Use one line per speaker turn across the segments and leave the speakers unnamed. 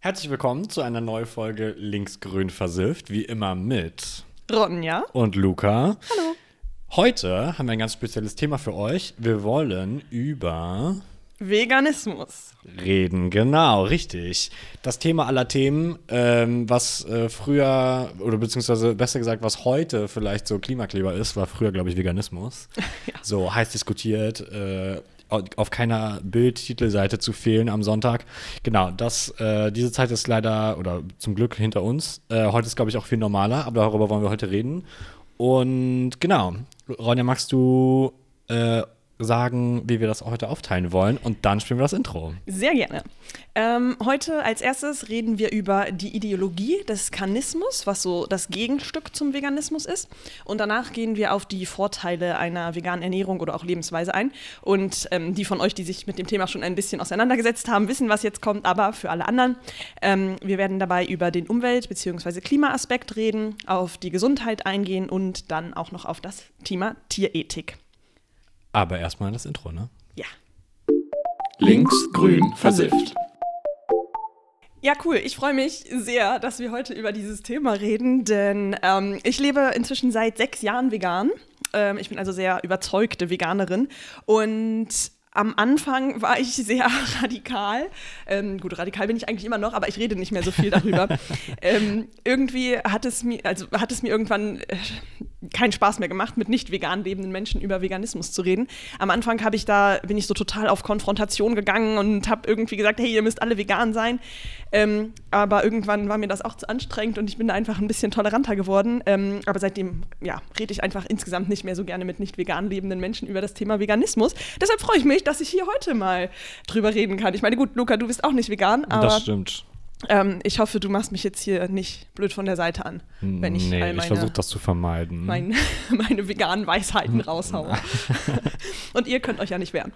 Herzlich willkommen zu einer neuen Folge Linksgrün versifft, wie immer mit
Ronja
und Luca.
Hallo.
Heute haben wir ein ganz spezielles Thema für euch. Wir wollen über
Veganismus
reden, genau, richtig. Das Thema aller Themen, was früher, oder beziehungsweise besser gesagt, was heute vielleicht so Klimakleber ist, war früher, glaube ich, Veganismus.
Ja.
So heiß diskutiert, auf keiner Bild-Titelseite zu fehlen am Sonntag. Genau, diese Zeit ist leider, oder zum Glück hinter uns. Heute ist, glaube ich, auch viel normaler, aber darüber wollen wir heute reden. Und genau, Ronja, magst du sagen, wie wir das heute aufteilen wollen? Und dann spielen wir das Intro.
Sehr gerne. Heute als erstes reden wir über die Ideologie des Kanismus, was so das Gegenstück zum Veganismus ist. Und danach gehen wir auf die Vorteile einer veganen Ernährung oder auch Lebensweise ein. Und die von euch, die sich mit dem Thema schon ein bisschen auseinandergesetzt haben, wissen, was jetzt kommt. Aber für alle anderen, wir werden dabei über den Umwelt- bzw. Klimaaspekt reden, auf die Gesundheit eingehen und dann auch noch auf das Thema Tierethik.
Aber erstmal das Intro, ne?
Ja.
Linksgrün versifft.
Ja, cool. Ich freue mich sehr, dass wir heute über dieses Thema reden, denn ich lebe inzwischen seit 6 Jahren vegan. Ich bin also sehr überzeugte Veganerin und am Anfang war ich sehr radikal. Gut, radikal bin ich eigentlich immer noch, aber ich rede nicht mehr so viel darüber. Irgendwie hat es mir irgendwann keinen Spaß mehr gemacht, mit nicht vegan lebenden Menschen über Veganismus zu reden. Am Anfang bin ich so total auf Konfrontation gegangen und habe irgendwie gesagt, hey, ihr müsst alle vegan sein. Aber irgendwann war mir das auch zu anstrengend und ich bin da einfach ein bisschen toleranter geworden. Aber seitdem, rede ich einfach insgesamt nicht mehr so gerne mit nicht vegan lebenden Menschen über das Thema Veganismus. Deshalb freue ich mich, dass ich hier heute mal drüber reden kann. Ich meine, gut, Luca, du bist auch nicht vegan, aber
Das stimmt.
Ich hoffe, du machst mich jetzt hier nicht blöd von der Seite an, wenn ich
ich versuche das zu vermeiden.
meine veganen Weisheiten raushaue. Und ihr könnt euch ja nicht wehren.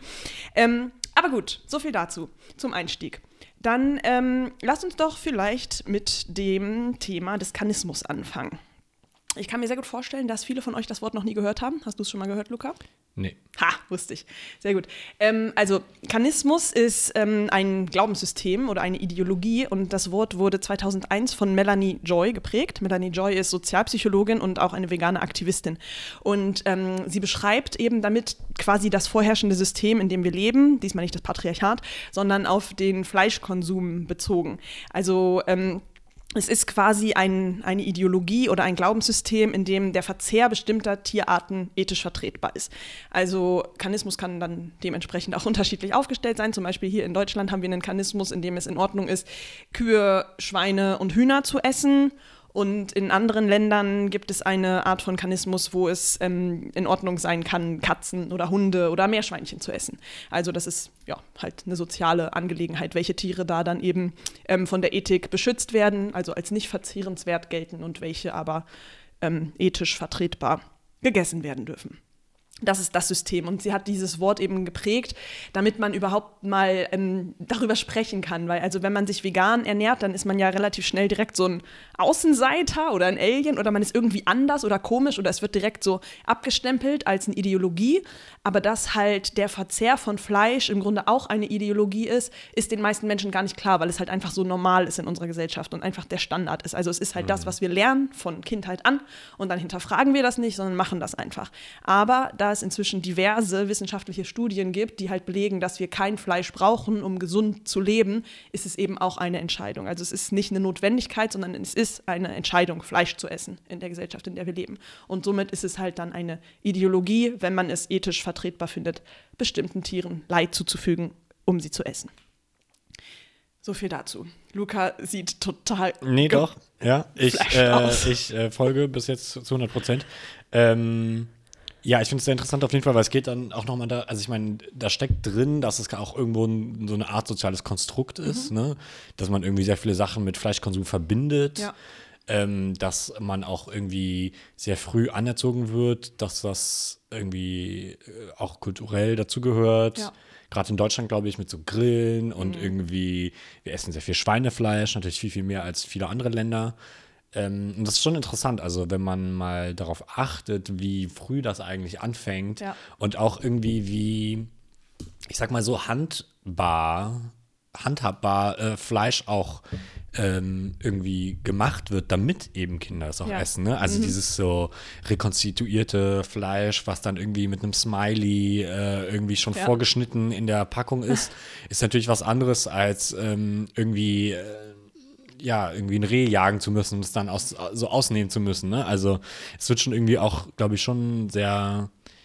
Aber gut, so viel dazu, zum Einstieg. Dann lasst uns doch vielleicht mit dem Thema des Kanismus anfangen. Ich kann mir sehr gut vorstellen, dass viele von euch das Wort noch nie gehört haben. Hast du es schon mal gehört, Luca?
Nee.
Ha, wusste ich. Sehr gut. Also Kanismus ist ein Glaubenssystem oder eine Ideologie und das Wort wurde 2001 von Melanie Joy geprägt. Melanie Joy ist Sozialpsychologin und auch eine vegane Aktivistin. Und sie beschreibt eben damit quasi das vorherrschende System, in dem wir leben, diesmal nicht das Patriarchat, sondern auf den Fleischkonsum bezogen. Also es ist quasi eine Ideologie oder ein Glaubenssystem, in dem der Verzehr bestimmter Tierarten ethisch vertretbar ist. Also Kanismus kann dann dementsprechend auch unterschiedlich aufgestellt sein. Zum Beispiel hier in Deutschland haben wir einen Kanismus, in dem es in Ordnung ist, Kühe, Schweine und Hühner zu essen. Und in anderen Ländern gibt es eine Art von Kanismus, wo es in Ordnung sein kann, Katzen oder Hunde oder Meerschweinchen zu essen. Also das ist halt eine soziale Angelegenheit, welche Tiere da dann eben von der Ethik beschützt werden, also als nicht verzehrenswert gelten und welche aber ethisch vertretbar gegessen werden dürfen. Das ist das System und sie hat dieses Wort eben geprägt, damit man überhaupt mal darüber sprechen kann, weil also wenn man sich vegan ernährt, dann ist man ja relativ schnell direkt so ein Außenseiter oder ein Alien oder man ist irgendwie anders oder komisch oder es wird direkt so abgestempelt als eine Ideologie, aber dass halt der Verzehr von Fleisch im Grunde auch eine Ideologie ist den meisten Menschen gar nicht klar, weil es halt einfach so normal ist in unserer Gesellschaft und einfach der Standard ist. Also es ist halt das, was wir lernen von Kindheit an und dann hinterfragen wir das nicht, sondern machen das einfach. Aber da es inzwischen diverse wissenschaftliche Studien gibt, die halt belegen, dass wir kein Fleisch brauchen, um gesund zu leben, ist es eben auch eine Entscheidung. Also es ist nicht eine Notwendigkeit, sondern es ist eine Entscheidung, Fleisch zu essen in der Gesellschaft, in der wir leben. Und somit ist es halt dann eine Ideologie, wenn man es ethisch vertretbar findet, bestimmten Tieren Leid zuzufügen, um sie zu essen. So viel dazu. Luca sieht total
Nee, doch. Ja, ich
aus.
folge bis jetzt zu 100%. Ja, ich finde es sehr interessant auf jeden Fall, weil es geht dann auch nochmal da, also ich meine, da steckt drin, dass es auch irgendwo so eine Art soziales Konstrukt ist, ne? Dass man irgendwie sehr viele Sachen mit Fleischkonsum verbindet, dass man auch irgendwie sehr früh anerzogen wird, dass das irgendwie auch kulturell dazugehört.
Ja.
Gerade in Deutschland, glaube ich, mit so Grillen und irgendwie, wir essen sehr viel Schweinefleisch, natürlich viel, viel mehr als viele andere Länder. Und das ist schon interessant, also wenn man mal darauf achtet, wie früh das eigentlich anfängt und auch irgendwie wie, ich sag mal so, handhabbar Fleisch auch irgendwie gemacht wird, damit eben Kinder es auch essen. Ne? Also dieses so rekonstituierte Fleisch, was dann irgendwie mit einem Smiley irgendwie schon vorgeschnitten in der Packung ist natürlich was anderes als irgendwie ein Reh jagen zu müssen und es dann so ausnehmen zu müssen. Ne? Also es wird schon irgendwie auch, glaube ich, schon sehr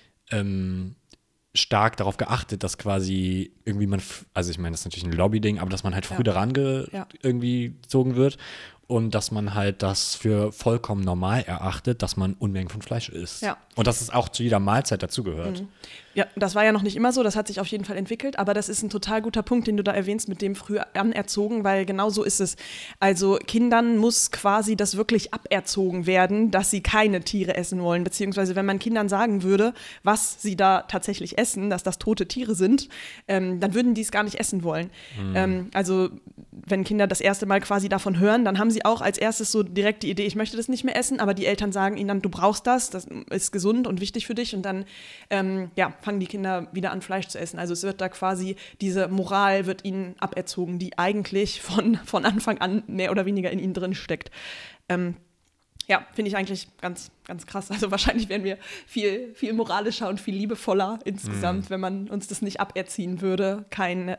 stark darauf geachtet, dass quasi irgendwie also ich meine, das ist natürlich ein Lobby-Ding, aber dass man halt früh daran irgendwie gezogen wird und dass man halt das für vollkommen normal erachtet, dass man Unmengen von Fleisch isst.
Ja.
Und dass es auch zu jeder Mahlzeit dazugehört.
Ja, das war ja noch nicht immer so, das hat sich auf jeden Fall entwickelt, aber das ist ein total guter Punkt, den du da erwähnst, mit dem früh anerzogen, weil genau so ist es. Also Kindern muss quasi das wirklich aberzogen werden, dass sie keine Tiere essen wollen, beziehungsweise wenn man Kindern sagen würde, was sie da tatsächlich essen, dass das tote Tiere sind, dann würden die es gar nicht essen wollen. Also wenn Kinder das erste Mal quasi davon hören, dann haben sie auch als erstes so direkt die Idee, ich möchte das nicht mehr essen, aber die Eltern sagen ihnen dann, du brauchst das ist gesund und wichtig für dich und dann fangen die Kinder wieder an, Fleisch zu essen. Also es wird da quasi, diese Moral wird ihnen aberzogen, die eigentlich von Anfang an mehr oder weniger in ihnen drin steckt. Finde ich eigentlich ganz, ganz krass. Also wahrscheinlich wären wir viel, viel moralischer und viel liebevoller insgesamt, wenn man uns das nicht aberziehen würde, keine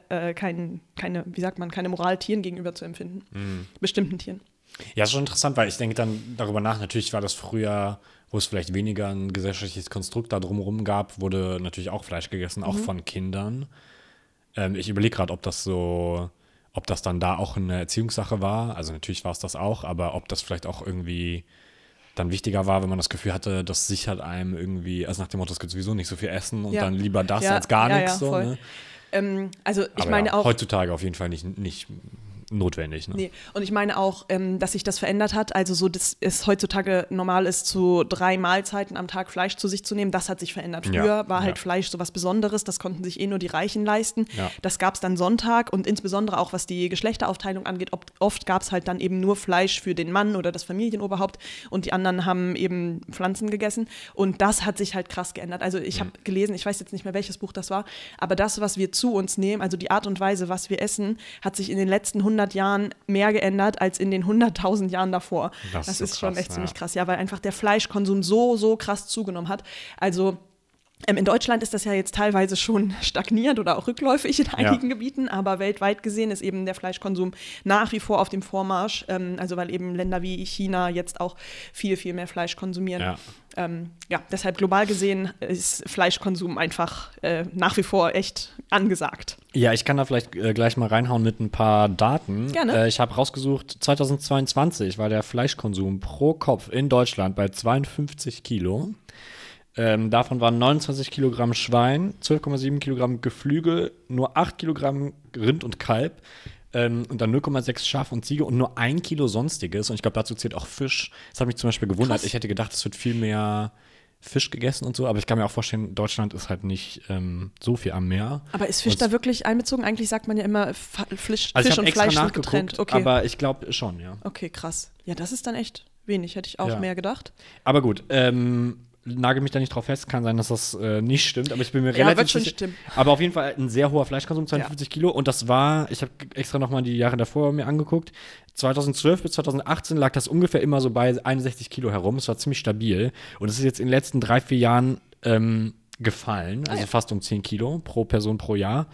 Moral Tieren gegenüber zu empfinden. Bestimmten Tieren.
Ja, ist schon interessant, weil ich denke dann darüber nach, natürlich war das früher, wo es vielleicht weniger ein gesellschaftliches Konstrukt da drumherum gab, wurde natürlich auch Fleisch gegessen, auch von Kindern. Ich überlege gerade, ob das dann da auch eine Erziehungssache war. Also natürlich war es das auch, aber ob das vielleicht auch irgendwie dann wichtiger war, wenn man das Gefühl hatte, das sichert einem irgendwie, also nach dem Motto, es gibt sowieso nicht so viel Essen und dann lieber das als gar nichts. So,
voll.
Ne?
Also ich
aber
meine auch
heutzutage auf jeden Fall nicht notwendig. Ne?
Nee. Und ich meine auch, dass sich das verändert hat. Also so, dass es heutzutage normal ist, zu 3 Mahlzeiten am Tag Fleisch zu sich zu nehmen. Das hat sich verändert. Früher war halt Fleisch so was Besonderes. Das konnten sich nur die Reichen leisten. Ja. Das gab es dann Sonntag und insbesondere auch, was die Geschlechteraufteilung angeht. Oft gab es halt dann eben nur Fleisch für den Mann oder das Familienoberhaupt und die anderen haben eben Pflanzen gegessen. Und das hat sich halt krass geändert. Also ich habe gelesen, ich weiß jetzt nicht mehr, welches Buch das war, aber das, was wir zu uns nehmen, also die Art und Weise, was wir essen, hat sich in den letzten 100 Jahren mehr geändert als in den 100.000 Jahren davor. Das ist so krass, schon echt ziemlich krass, ja, weil einfach der Fleischkonsum so krass zugenommen hat. Also in Deutschland ist das ja jetzt teilweise schon stagnierend oder auch rückläufig in einigen Gebieten, aber weltweit gesehen ist eben der Fleischkonsum nach wie vor auf dem Vormarsch, also weil eben Länder wie China jetzt auch viel, viel mehr Fleisch konsumieren. Deshalb global gesehen ist Fleischkonsum einfach nach wie vor echt angesagt.
Ja, ich kann da vielleicht gleich mal reinhauen mit ein paar Daten.
Gerne.
Ich habe rausgesucht, 2022 war der Fleischkonsum pro Kopf in Deutschland bei 52 Kilo. Davon waren 29 Kilogramm Schwein, 12,7 Kilogramm Geflügel, nur 8 Kilogramm Rind und Kalb und dann 0,6 Schaf und Ziege und nur 1 Kilo Sonstiges. Und ich glaube, dazu zählt auch Fisch. Das hat mich zum Beispiel gewundert. Krass. Ich hätte gedacht, es wird viel mehr Fisch gegessen und so, aber ich kann mir auch vorstellen, Deutschland ist halt nicht so viel am Meer.
Aber ist Fisch da wirklich einbezogen? Eigentlich sagt man ja immer, Fisch
und
Fleisch
sind getrennt. Okay. Aber ich glaube schon, ja.
Okay, krass. Ja, das ist dann echt wenig, hätte ich auch mehr gedacht.
Aber gut, nagel mich da nicht drauf fest, kann sein, dass das nicht stimmt, aber ich bin mir relativ
wird schon sicher. Stimmen.
Aber auf jeden Fall ein sehr hoher Fleischkonsum, 52 Kilo und das war, ich habe extra nochmal die Jahre davor mir angeguckt, 2012 bis 2018 lag das ungefähr immer so bei 61 Kilo herum, es war ziemlich stabil und es ist jetzt in den letzten 3-4 Jahren gefallen, also fast um 10 Kilo pro Person pro Jahr.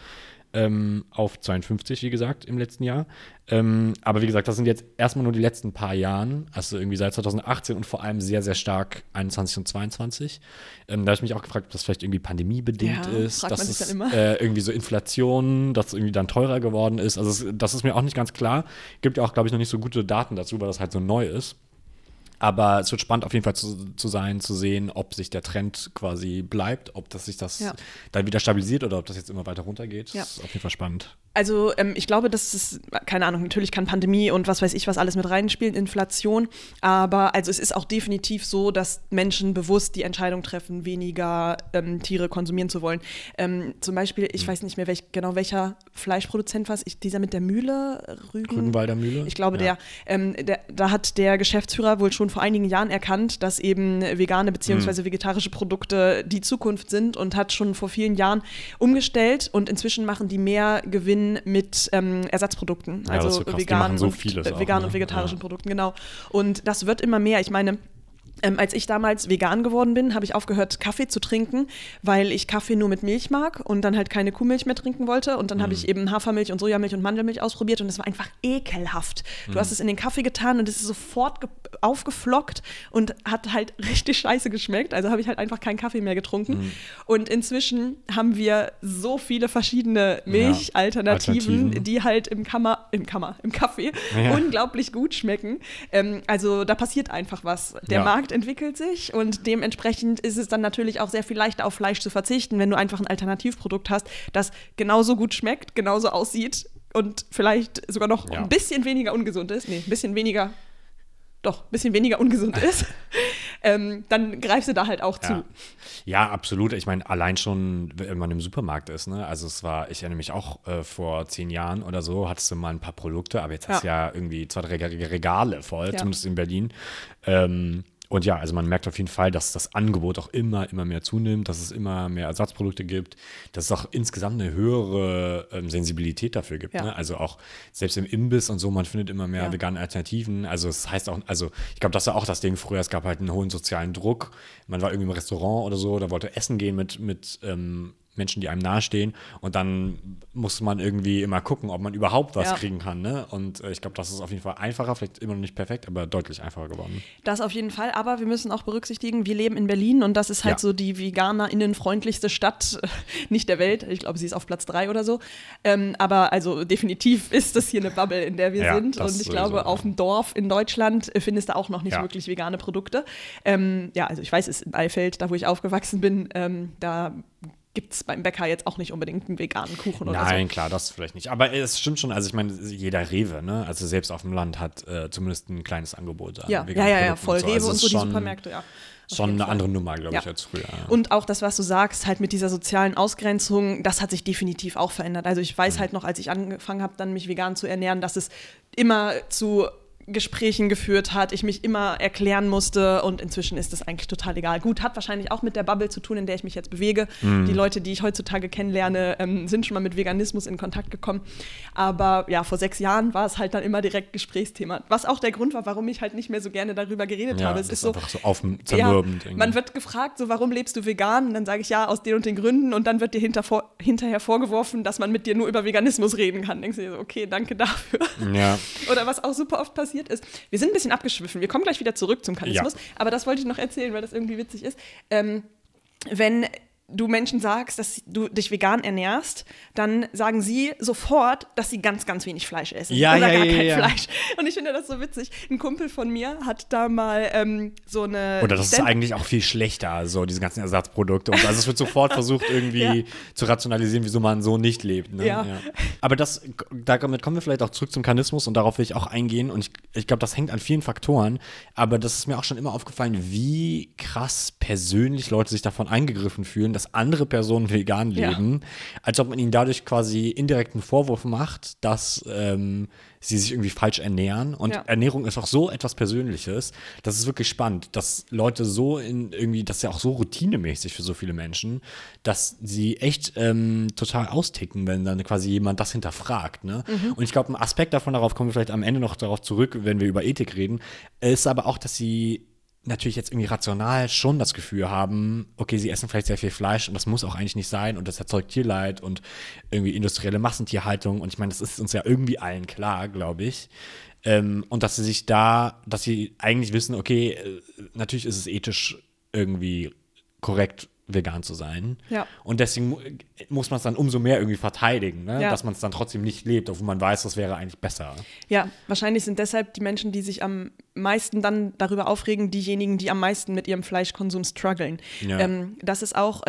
Auf 52, wie gesagt, im letzten Jahr. Aber wie gesagt, das sind jetzt erstmal nur die letzten paar Jahren, also irgendwie seit 2018 und vor allem sehr, sehr stark 21 und 22. Da habe ich mich auch gefragt, ob das vielleicht irgendwie pandemiebedingt ist, dass es irgendwie so Inflation, dass es irgendwie dann teurer geworden ist. Also das ist mir auch nicht ganz klar. Gibt ja auch, glaube ich, noch nicht so gute Daten dazu, weil das halt so neu ist. Aber es wird spannend auf jeden Fall zu sehen, ob sich der Trend quasi bleibt, ob das sich dann wieder stabilisiert oder ob das jetzt immer weiter runtergeht. Das ist auf jeden Fall spannend.
Also ich glaube, das ist, keine Ahnung, natürlich kann Pandemie und was weiß ich, was alles mit reinspielen, Inflation, aber also es ist auch definitiv so, dass Menschen bewusst die Entscheidung treffen, weniger Tiere konsumieren zu wollen. Zum Beispiel, ich weiß nicht mehr welcher Fleischproduzent war es, dieser mit der Mühle,
Rügenwalder Mühle?
Ich glaube, da hat der Geschäftsführer wohl schon vor einigen Jahren erkannt, dass eben vegane bzw. vegetarische Produkte die Zukunft sind und hat schon vor vielen Jahren umgestellt und inzwischen machen die mehr Gewinn Rennen mit Ersatzprodukten,
Ja, das ist
also
so krass. Die
vegan
machen so
und
vieles auch,
vegan
ne?
und vegetarischen
Ja.
Produkten, genau. Und das wird immer mehr. Ich meine, als ich damals vegan geworden bin, habe ich aufgehört, Kaffee zu trinken, weil ich Kaffee nur mit Milch mag und dann halt keine Kuhmilch mehr trinken wollte. Und dann habe ich eben Hafermilch und Sojamilch und Mandelmilch ausprobiert und es war einfach ekelhaft. Du hast es in den Kaffee getan und es ist sofort aufgeflockt und hat halt richtig scheiße geschmeckt. Also habe ich halt einfach keinen Kaffee mehr getrunken. Und inzwischen haben wir so viele verschiedene Milchalternativen, die halt im Kaffee unglaublich gut schmecken. Also da passiert einfach was. Der Markt entwickelt sich und dementsprechend ist es dann natürlich auch sehr viel leichter auf Fleisch zu verzichten, wenn du einfach ein Alternativprodukt hast, das genauso gut schmeckt, genauso aussieht und vielleicht sogar noch ein bisschen weniger ungesund ist. Nee, ein bisschen weniger ungesund ist. Dann greifst du da halt auch zu.
Ja, absolut. Ich meine, allein schon, wenn man im Supermarkt ist, ne? Also ich erinnere mich auch vor 10 Jahren oder so, hattest du mal ein paar Produkte, aber jetzt hast du ja irgendwie 2, 3 Regale voll, zumindest in Berlin. Und ja, also man merkt auf jeden Fall, dass das Angebot auch immer mehr zunimmt, dass es immer mehr Ersatzprodukte gibt, dass es auch insgesamt eine höhere Sensibilität dafür gibt. Ne? Also auch selbst im Imbiss und so, man findet immer mehr vegane Alternativen. Also es heißt auch, also ich glaube, das war auch das Ding früher, es gab halt einen hohen sozialen Druck. Man war irgendwie im Restaurant oder so, da wollte essen gehen mit Menschen, die einem nahestehen. Und dann muss man irgendwie immer gucken, ob man überhaupt was kriegen kann. Ne? Und ich glaube, das ist auf jeden Fall einfacher, vielleicht immer noch nicht perfekt, aber deutlich einfacher geworden.
Das auf jeden Fall, aber wir müssen auch berücksichtigen, wir leben in Berlin und das ist halt so die VeganerInnen-freundlichste Stadt, nicht der Welt. Ich glaube, sie ist auf Platz 3 oder so. Aber also definitiv ist das hier eine Bubble, in der wir sind. Und ich glaube, auf dem Dorf in Deutschland findest du auch noch nicht wirklich vegane Produkte. Also ich weiß es, in Eifeld, da wo ich aufgewachsen bin, da gibt es beim Bäcker jetzt auch nicht unbedingt einen veganen Kuchen oder so.
Nein, klar, das vielleicht nicht. Aber es stimmt schon, also ich meine, jeder Rewe, ne, also selbst auf dem Land hat zumindest ein kleines Angebot an veganen Produkten
voll.
und so.
Rewe
Also
und so die
schon,
Supermärkte,
schon eine andere Nummer, glaube ich, als früher. Ja.
Und auch das, was du sagst, halt mit dieser sozialen Ausgrenzung, das hat sich definitiv auch verändert. Also ich weiß halt noch, als ich angefangen habe, dann mich vegan zu ernähren, dass es immer zu Gesprächen geführt hat, ich mich immer erklären musste und inzwischen ist das eigentlich total egal. Gut, hat wahrscheinlich auch mit der Bubble zu tun, in der ich mich jetzt bewege. Die Leute, die ich heutzutage kennenlerne, sind schon mal mit Veganismus in Kontakt gekommen. Aber ja, vor 6 Jahren war es halt dann immer direkt Gesprächsthema. Was auch der Grund war, warum ich halt nicht mehr so gerne darüber geredet habe. Es ist so
einfach so zermürbend.
Man wird gefragt, so, warum lebst du vegan? Und dann sage ich, ja, aus den und den Gründen. Und dann wird dir hinterher vorgeworfen, dass man mit dir nur über Veganismus reden kann. Denkst du dir so, okay, danke dafür.
Ja.
Oder was auch super oft passiert ist. Wir sind ein bisschen abgeschwiffen. Wir kommen gleich wieder zurück zum Kannibalismus. Aber das wollte ich noch erzählen, weil das irgendwie witzig ist. Wenn du Menschen sagst, dass du dich vegan ernährst, dann sagen sie sofort, dass sie ganz, ganz wenig Fleisch essen. Oder gar kein Fleisch. Und ich finde das so witzig. Ein Kumpel von mir hat da mal so eine...
Oder das ist eigentlich auch viel schlechter, so diese ganzen Ersatzprodukte. Und also es wird sofort versucht, irgendwie zu rationalisieren, wieso man so nicht lebt. Ne? Ja. Aber damit kommen wir vielleicht auch zurück zum Kannibalismus und darauf will ich auch eingehen. Und ich glaube, das hängt an vielen Faktoren. Aber das ist mir auch schon immer aufgefallen, wie krass persönlich Leute sich davon angegriffen fühlen, dass andere Personen vegan leben, als ob man ihnen dadurch quasi indirekt einen Vorwurf macht, dass sie sich irgendwie falsch ernähren. Und Ernährung ist auch so etwas Persönliches. Das ist wirklich spannend, dass Leute das ist ja auch so routinemäßig für so viele Menschen, dass sie echt total austicken, wenn dann quasi jemand das hinterfragt. Ne? Und ich glaube, ein Aspekt davon, darauf kommen wir vielleicht am Ende noch darauf zurück, wenn wir über Ethik reden, ist aber auch, dass sie natürlich jetzt irgendwie rational schon das Gefühl haben, okay, sie essen vielleicht sehr viel Fleisch und das muss auch eigentlich nicht sein und das erzeugt Tierleid und irgendwie industrielle Massentierhaltung und ich meine, das ist uns ja irgendwie allen klar, glaube ich. Und dass sie eigentlich wissen, okay, natürlich ist es ethisch irgendwie korrekt, vegan zu sein. Ja. Und deswegen muss man es dann umso mehr irgendwie verteidigen, ne? Dass man es dann trotzdem nicht lebt, obwohl man weiß, das wäre eigentlich besser. Ja,
wahrscheinlich sind deshalb die Menschen, die sich am meisten dann darüber aufregen, diejenigen, die am meisten mit ihrem Fleischkonsum strugglen. Ja. Das ist auch,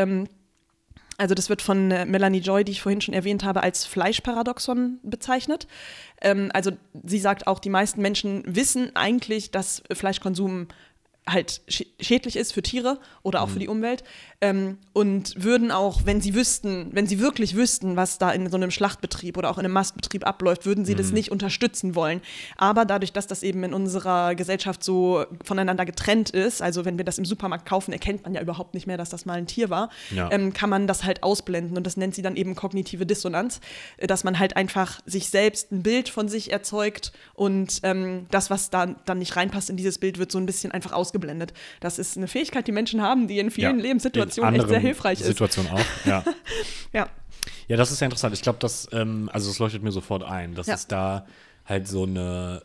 also das wird von Melanie Joy, die ich vorhin schon erwähnt habe, als Fleischparadoxon bezeichnet. Also sie sagt auch, die meisten Menschen wissen eigentlich, dass Fleischkonsum halt schädlich ist für Tiere oder auch für die Umwelt. Und würden auch, wenn sie wirklich wüssten, was da in so einem Schlachtbetrieb oder auch in einem Mastbetrieb abläuft, würden sie das nicht unterstützen wollen. Aber dadurch, dass das eben in unserer Gesellschaft so voneinander getrennt ist, also wenn wir das im Supermarkt kaufen, erkennt man ja überhaupt nicht mehr, dass das mal ein Tier war, kann man das halt ausblenden. Und das nennt sie dann eben kognitive Dissonanz, dass man halt einfach sich selbst ein Bild von sich erzeugt und das, was dann nicht reinpasst in dieses Bild, wird so ein bisschen einfach ausgeblendet. Das ist eine Fähigkeit, die Menschen haben, die in vielen Lebenssituationen echt sehr hilfreich ist.
Situationen auch, ja.
Ja.
Ja, das ist ja interessant. Ich glaube, das leuchtet mir sofort ein, dass es da halt so eine,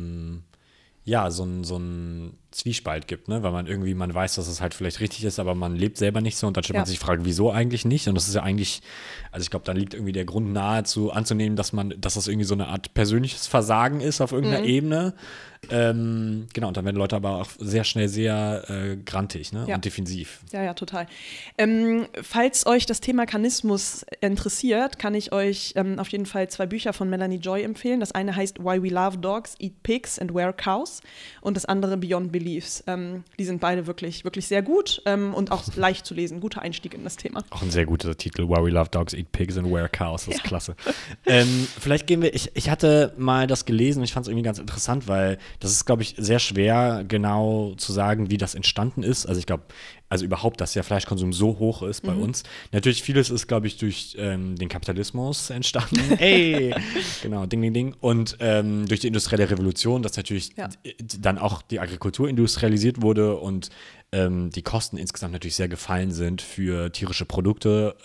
so ein Zwiespalt gibt, ne? Weil man weiß, dass es halt vielleicht richtig ist, aber man lebt selber nicht so und dann stellt man sich die Frage, wieso eigentlich nicht? Und das ist ja eigentlich, also ich glaube, da liegt irgendwie der Grund nahe anzunehmen, dass das irgendwie so eine Art persönliches Versagen ist auf irgendeiner Ebene. Genau, und dann werden Leute aber auch sehr schnell sehr grantig, ne? Und defensiv.
Ja, total. Falls euch das Thema Kanismus interessiert, kann ich euch auf jeden Fall 2 Bücher von Melanie Joy empfehlen. Das eine heißt Why We Love Dogs, Eat Pigs and Wear Cows und das andere Beyond Beliefs. Die sind beide wirklich, wirklich sehr gut und auch leicht zu lesen. Guter Einstieg in das Thema.
Auch ein sehr guter Titel, Why We Love Dogs, Eat Pigs and Wear Cows. Das ist klasse. Vielleicht gehen wir, ich hatte mal das gelesen und ich fand es irgendwie ganz interessant, weil das ist, glaube ich, sehr schwer genau zu sagen, wie das entstanden ist. Also ich glaube, überhaupt, dass der Fleischkonsum so hoch ist bei uns. Natürlich, vieles ist, glaube ich, durch den Kapitalismus entstanden. Ey! Genau, ding, ding, ding. Und durch die industrielle Revolution, dass natürlich dann auch die Agrikultur industrialisiert wurde und die Kosten insgesamt natürlich sehr gefallen sind für tierische Produkte.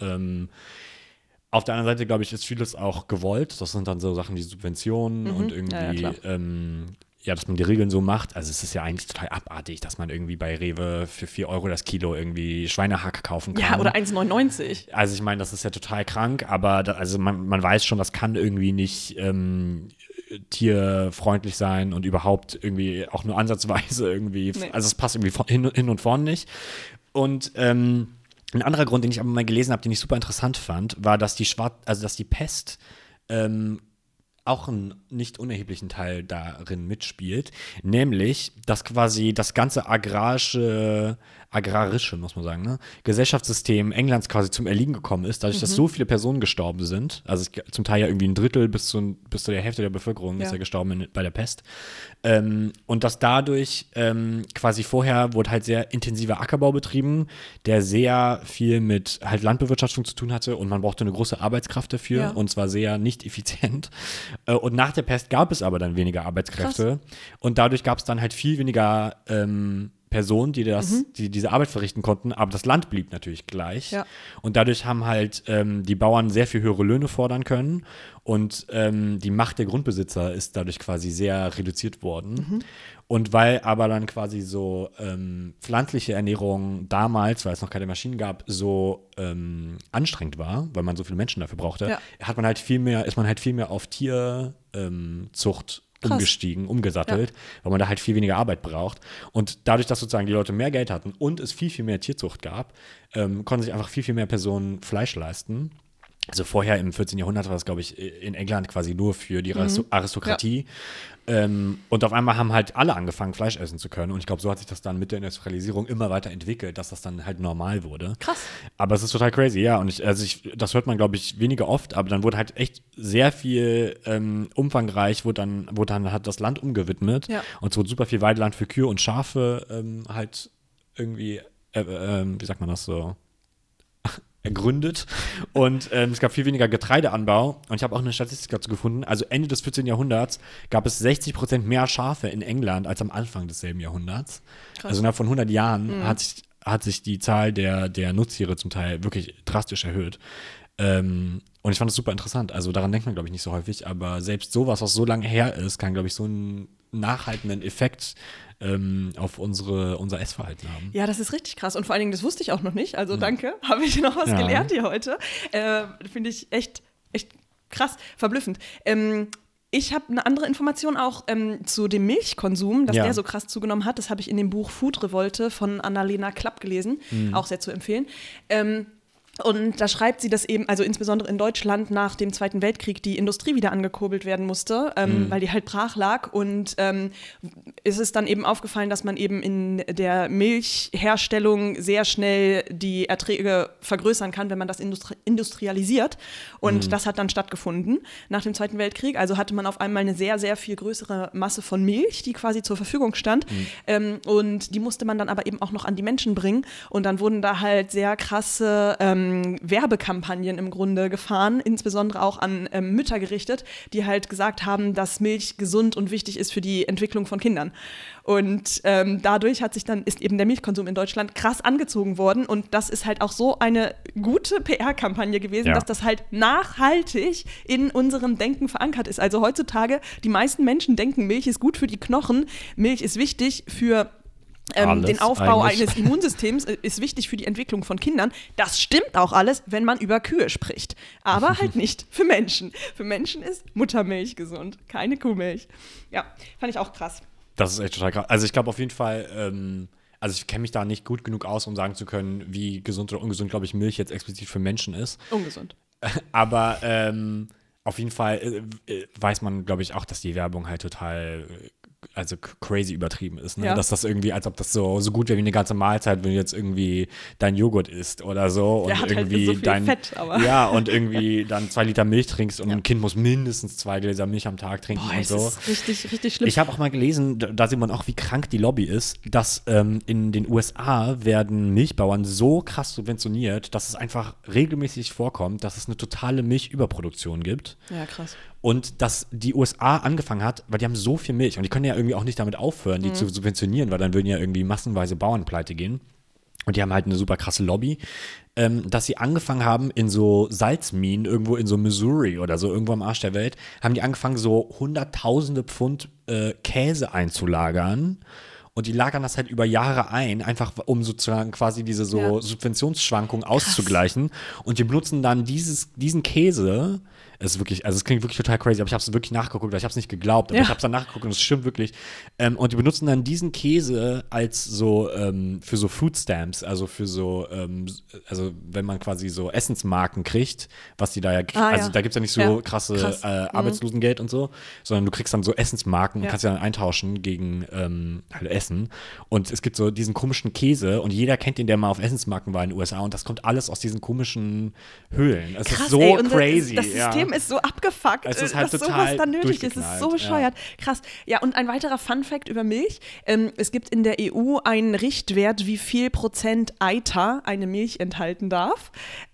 Auf der anderen Seite, glaube ich, ist vieles auch gewollt. Das sind dann so Sachen wie Subventionen und irgendwie dass man die Regeln so macht. Also es ist ja eigentlich total abartig, dass man irgendwie bei Rewe für 4 € das Kilo irgendwie Schweinehack kaufen kann.
Ja, oder 1,99.
Also ich meine, das ist ja total krank, aber man weiß schon, das kann irgendwie nicht tierfreundlich sein und überhaupt irgendwie auch nur ansatzweise irgendwie, also es passt irgendwie hin und vorn nicht. Und ein anderer Grund, den ich aber mal gelesen habe, den ich super interessant fand, war, dass die Pest auch einen nicht unerheblichen Teil darin mitspielt, nämlich, dass quasi das ganze agrarische, muss man sagen, ne, Gesellschaftssystem Englands quasi zum Erliegen gekommen ist, dadurch, dass so viele Personen gestorben sind, also zum Teil ja irgendwie 1/3 bis zu der Hälfte der Bevölkerung ist ja gestorben bei der Pest, und dass dadurch quasi vorher wurde halt sehr intensiver Ackerbau betrieben, der sehr viel mit halt Landbewirtschaftung zu tun hatte und man brauchte eine große Arbeitskraft dafür und zwar sehr nicht effizient. Und nach der Pest gab es aber dann weniger Arbeitskräfte. Krass. Und dadurch gab es dann halt viel weniger Personen, die diese Arbeit verrichten konnten, aber das Land blieb natürlich gleich. Ja. Und dadurch haben halt die Bauern sehr viel höhere Löhne fordern können und die Macht der Grundbesitzer ist dadurch quasi sehr reduziert worden. Und weil aber dann quasi so pflanzliche Ernährung damals, weil es noch keine Maschinen gab, so anstrengend war, weil man so viele Menschen dafür brauchte, ist man halt viel mehr auf Tierzucht umgesattelt, weil man da halt viel weniger Arbeit braucht. Und dadurch, dass sozusagen die Leute mehr Geld hatten und es viel, viel mehr Tierzucht gab, konnten sich einfach viel, viel mehr Personen Fleisch leisten. Also vorher im 14. Jahrhundert war das, glaube ich, in England quasi nur für die Aristokratie. Ja. Und auf einmal haben halt alle angefangen, Fleisch essen zu können. Und ich glaube, so hat sich das dann mit der Industrialisierung immer weiter entwickelt, dass das dann halt normal wurde.
Krass.
Aber es ist total crazy, ja. Und das hört man, glaube ich, weniger oft. Aber dann wurde halt echt sehr viel umfangreich, wurde dann hat das Land umgewidmet. Ja. Und es wurde super viel Weideland für Kühe und Schafe halt irgendwie, wie sagt man das so? Ergründet und es gab viel weniger Getreideanbau und ich habe auch eine Statistik dazu gefunden, also Ende des 14. Jahrhunderts gab es 60% mehr Schafe in England als am Anfang desselben Jahrhunderts. Krass. Also innerhalb von 100 Jahren hat sich die Zahl der Nutztiere zum Teil wirklich drastisch erhöht. Und ich fand das super interessant, also daran denkt man, glaube ich, nicht so häufig, aber selbst sowas, was so lange her ist, kann, glaube ich, so einen nachhaltenden Effekt auf unser Essverhalten haben.
Ja, das ist richtig krass. Und vor allen Dingen, das wusste ich auch noch nicht. Also danke, habe ich noch was gelernt hier heute. Finde ich echt krass, verblüffend. Ich habe eine andere Information auch zu dem Milchkonsum, dass der so krass zugenommen hat. Das habe ich in dem Buch Food Revolte von Annalena Klapp gelesen. Auch sehr zu empfehlen. Und da schreibt sie, dass eben, also insbesondere in Deutschland nach dem Zweiten Weltkrieg die Industrie wieder angekurbelt werden musste, weil die halt brach lag. Und ist es dann eben aufgefallen, dass man eben in der Milchherstellung sehr schnell die Erträge vergrößern kann, wenn man das industrialisiert. Und das hat dann stattgefunden nach dem Zweiten Weltkrieg. Also hatte man auf einmal eine sehr, sehr viel größere Masse von Milch, die quasi zur Verfügung stand. Und die musste man dann aber eben auch noch an die Menschen bringen. Und dann wurden da halt sehr krasse Werbekampagnen im Grunde gefahren, insbesondere auch an Mütter gerichtet, die halt gesagt haben, dass Milch gesund und wichtig ist für die Entwicklung von Kindern. Und dadurch ist eben der Milchkonsum in Deutschland krass angezogen worden. Und das ist halt auch so eine gute PR-Kampagne gewesen, dass das halt nachhaltig in unserem Denken verankert ist. Also heutzutage, die meisten Menschen denken, Milch ist gut für die Knochen, Milch ist wichtig für den Aufbau eines Immunsystems, ist wichtig für die Entwicklung von Kindern. Das stimmt auch alles, wenn man über Kühe spricht. Aber halt nicht für Menschen. Für Menschen ist Muttermilch gesund, keine Kuhmilch. Ja, fand ich auch krass.
Das ist echt total krass. Also ich glaube auf jeden Fall, also ich kenne mich da nicht gut genug aus, um sagen zu können, wie gesund oder ungesund, glaube ich, Milch jetzt explizit für Menschen ist.
Ungesund.
Aber auf jeden Fall weiß man, glaube ich, auch, dass die Werbung halt total crazy übertrieben ist, ne?
Ja.
Dass das irgendwie, als ob das so gut wäre wie eine ganze Mahlzeit, wenn du jetzt irgendwie dein Joghurt isst oder so und
Der hat
irgendwie
halt so viel Fett, aber.
Ja, und irgendwie dann 2 Liter Milch trinkst und ein Kind muss mindestens 2 Gläser Milch am Tag trinken und so.
Das ist richtig, richtig schlimm.
Ich habe auch mal gelesen, da sieht man auch, wie krank die Lobby ist, dass in den USA werden Milchbauern so krass subventioniert, dass es einfach regelmäßig vorkommt, dass es eine totale Milchüberproduktion gibt.
Ja, krass.
Und dass die USA angefangen hat, weil die haben so viel Milch und die können ja irgendwie auch nicht damit aufhören, die zu subventionieren, weil dann würden ja irgendwie massenweise Bauern pleite gehen. Und die haben halt eine super krasse Lobby, dass sie angefangen haben in so Salzminen, irgendwo in so Missouri oder so, irgendwo am Arsch der Welt, haben die angefangen, so hunderttausende Pfund Käse einzulagern. Und die lagern das halt über Jahre ein, einfach um sozusagen quasi diese Subventionsschwankungen auszugleichen. Und die benutzen dann diesen Käse. Es ist wirklich, also es klingt wirklich total crazy, aber ich habe es wirklich nachgeguckt, weil ich habe es nicht geglaubt, aber ich habe es dann nachgeguckt und es stimmt wirklich. Und die benutzen dann diesen Käse als so für so Food Stamps, also für so, also wenn man quasi so Essensmarken kriegt, was die da ja, also da gibt es ja nicht so krasse Arbeitslosengeld und so, sondern du kriegst dann so Essensmarken und kannst ja dann eintauschen gegen halt Essen. Und es gibt so diesen komischen Käse und jeder kennt den, der mal auf Essensmarken war in den USA und das kommt alles aus diesen komischen Höhlen. Es ist so crazy.
Das System ist so abgefuckt,
es ist halt
dass
total
sowas da nötig ist. Es ist so bescheuert. Krass. Ja, und ein weiterer Fun-Fact über Milch. Es gibt in der EU einen Richtwert, wie viel Prozent Eiter eine Milch enthalten darf.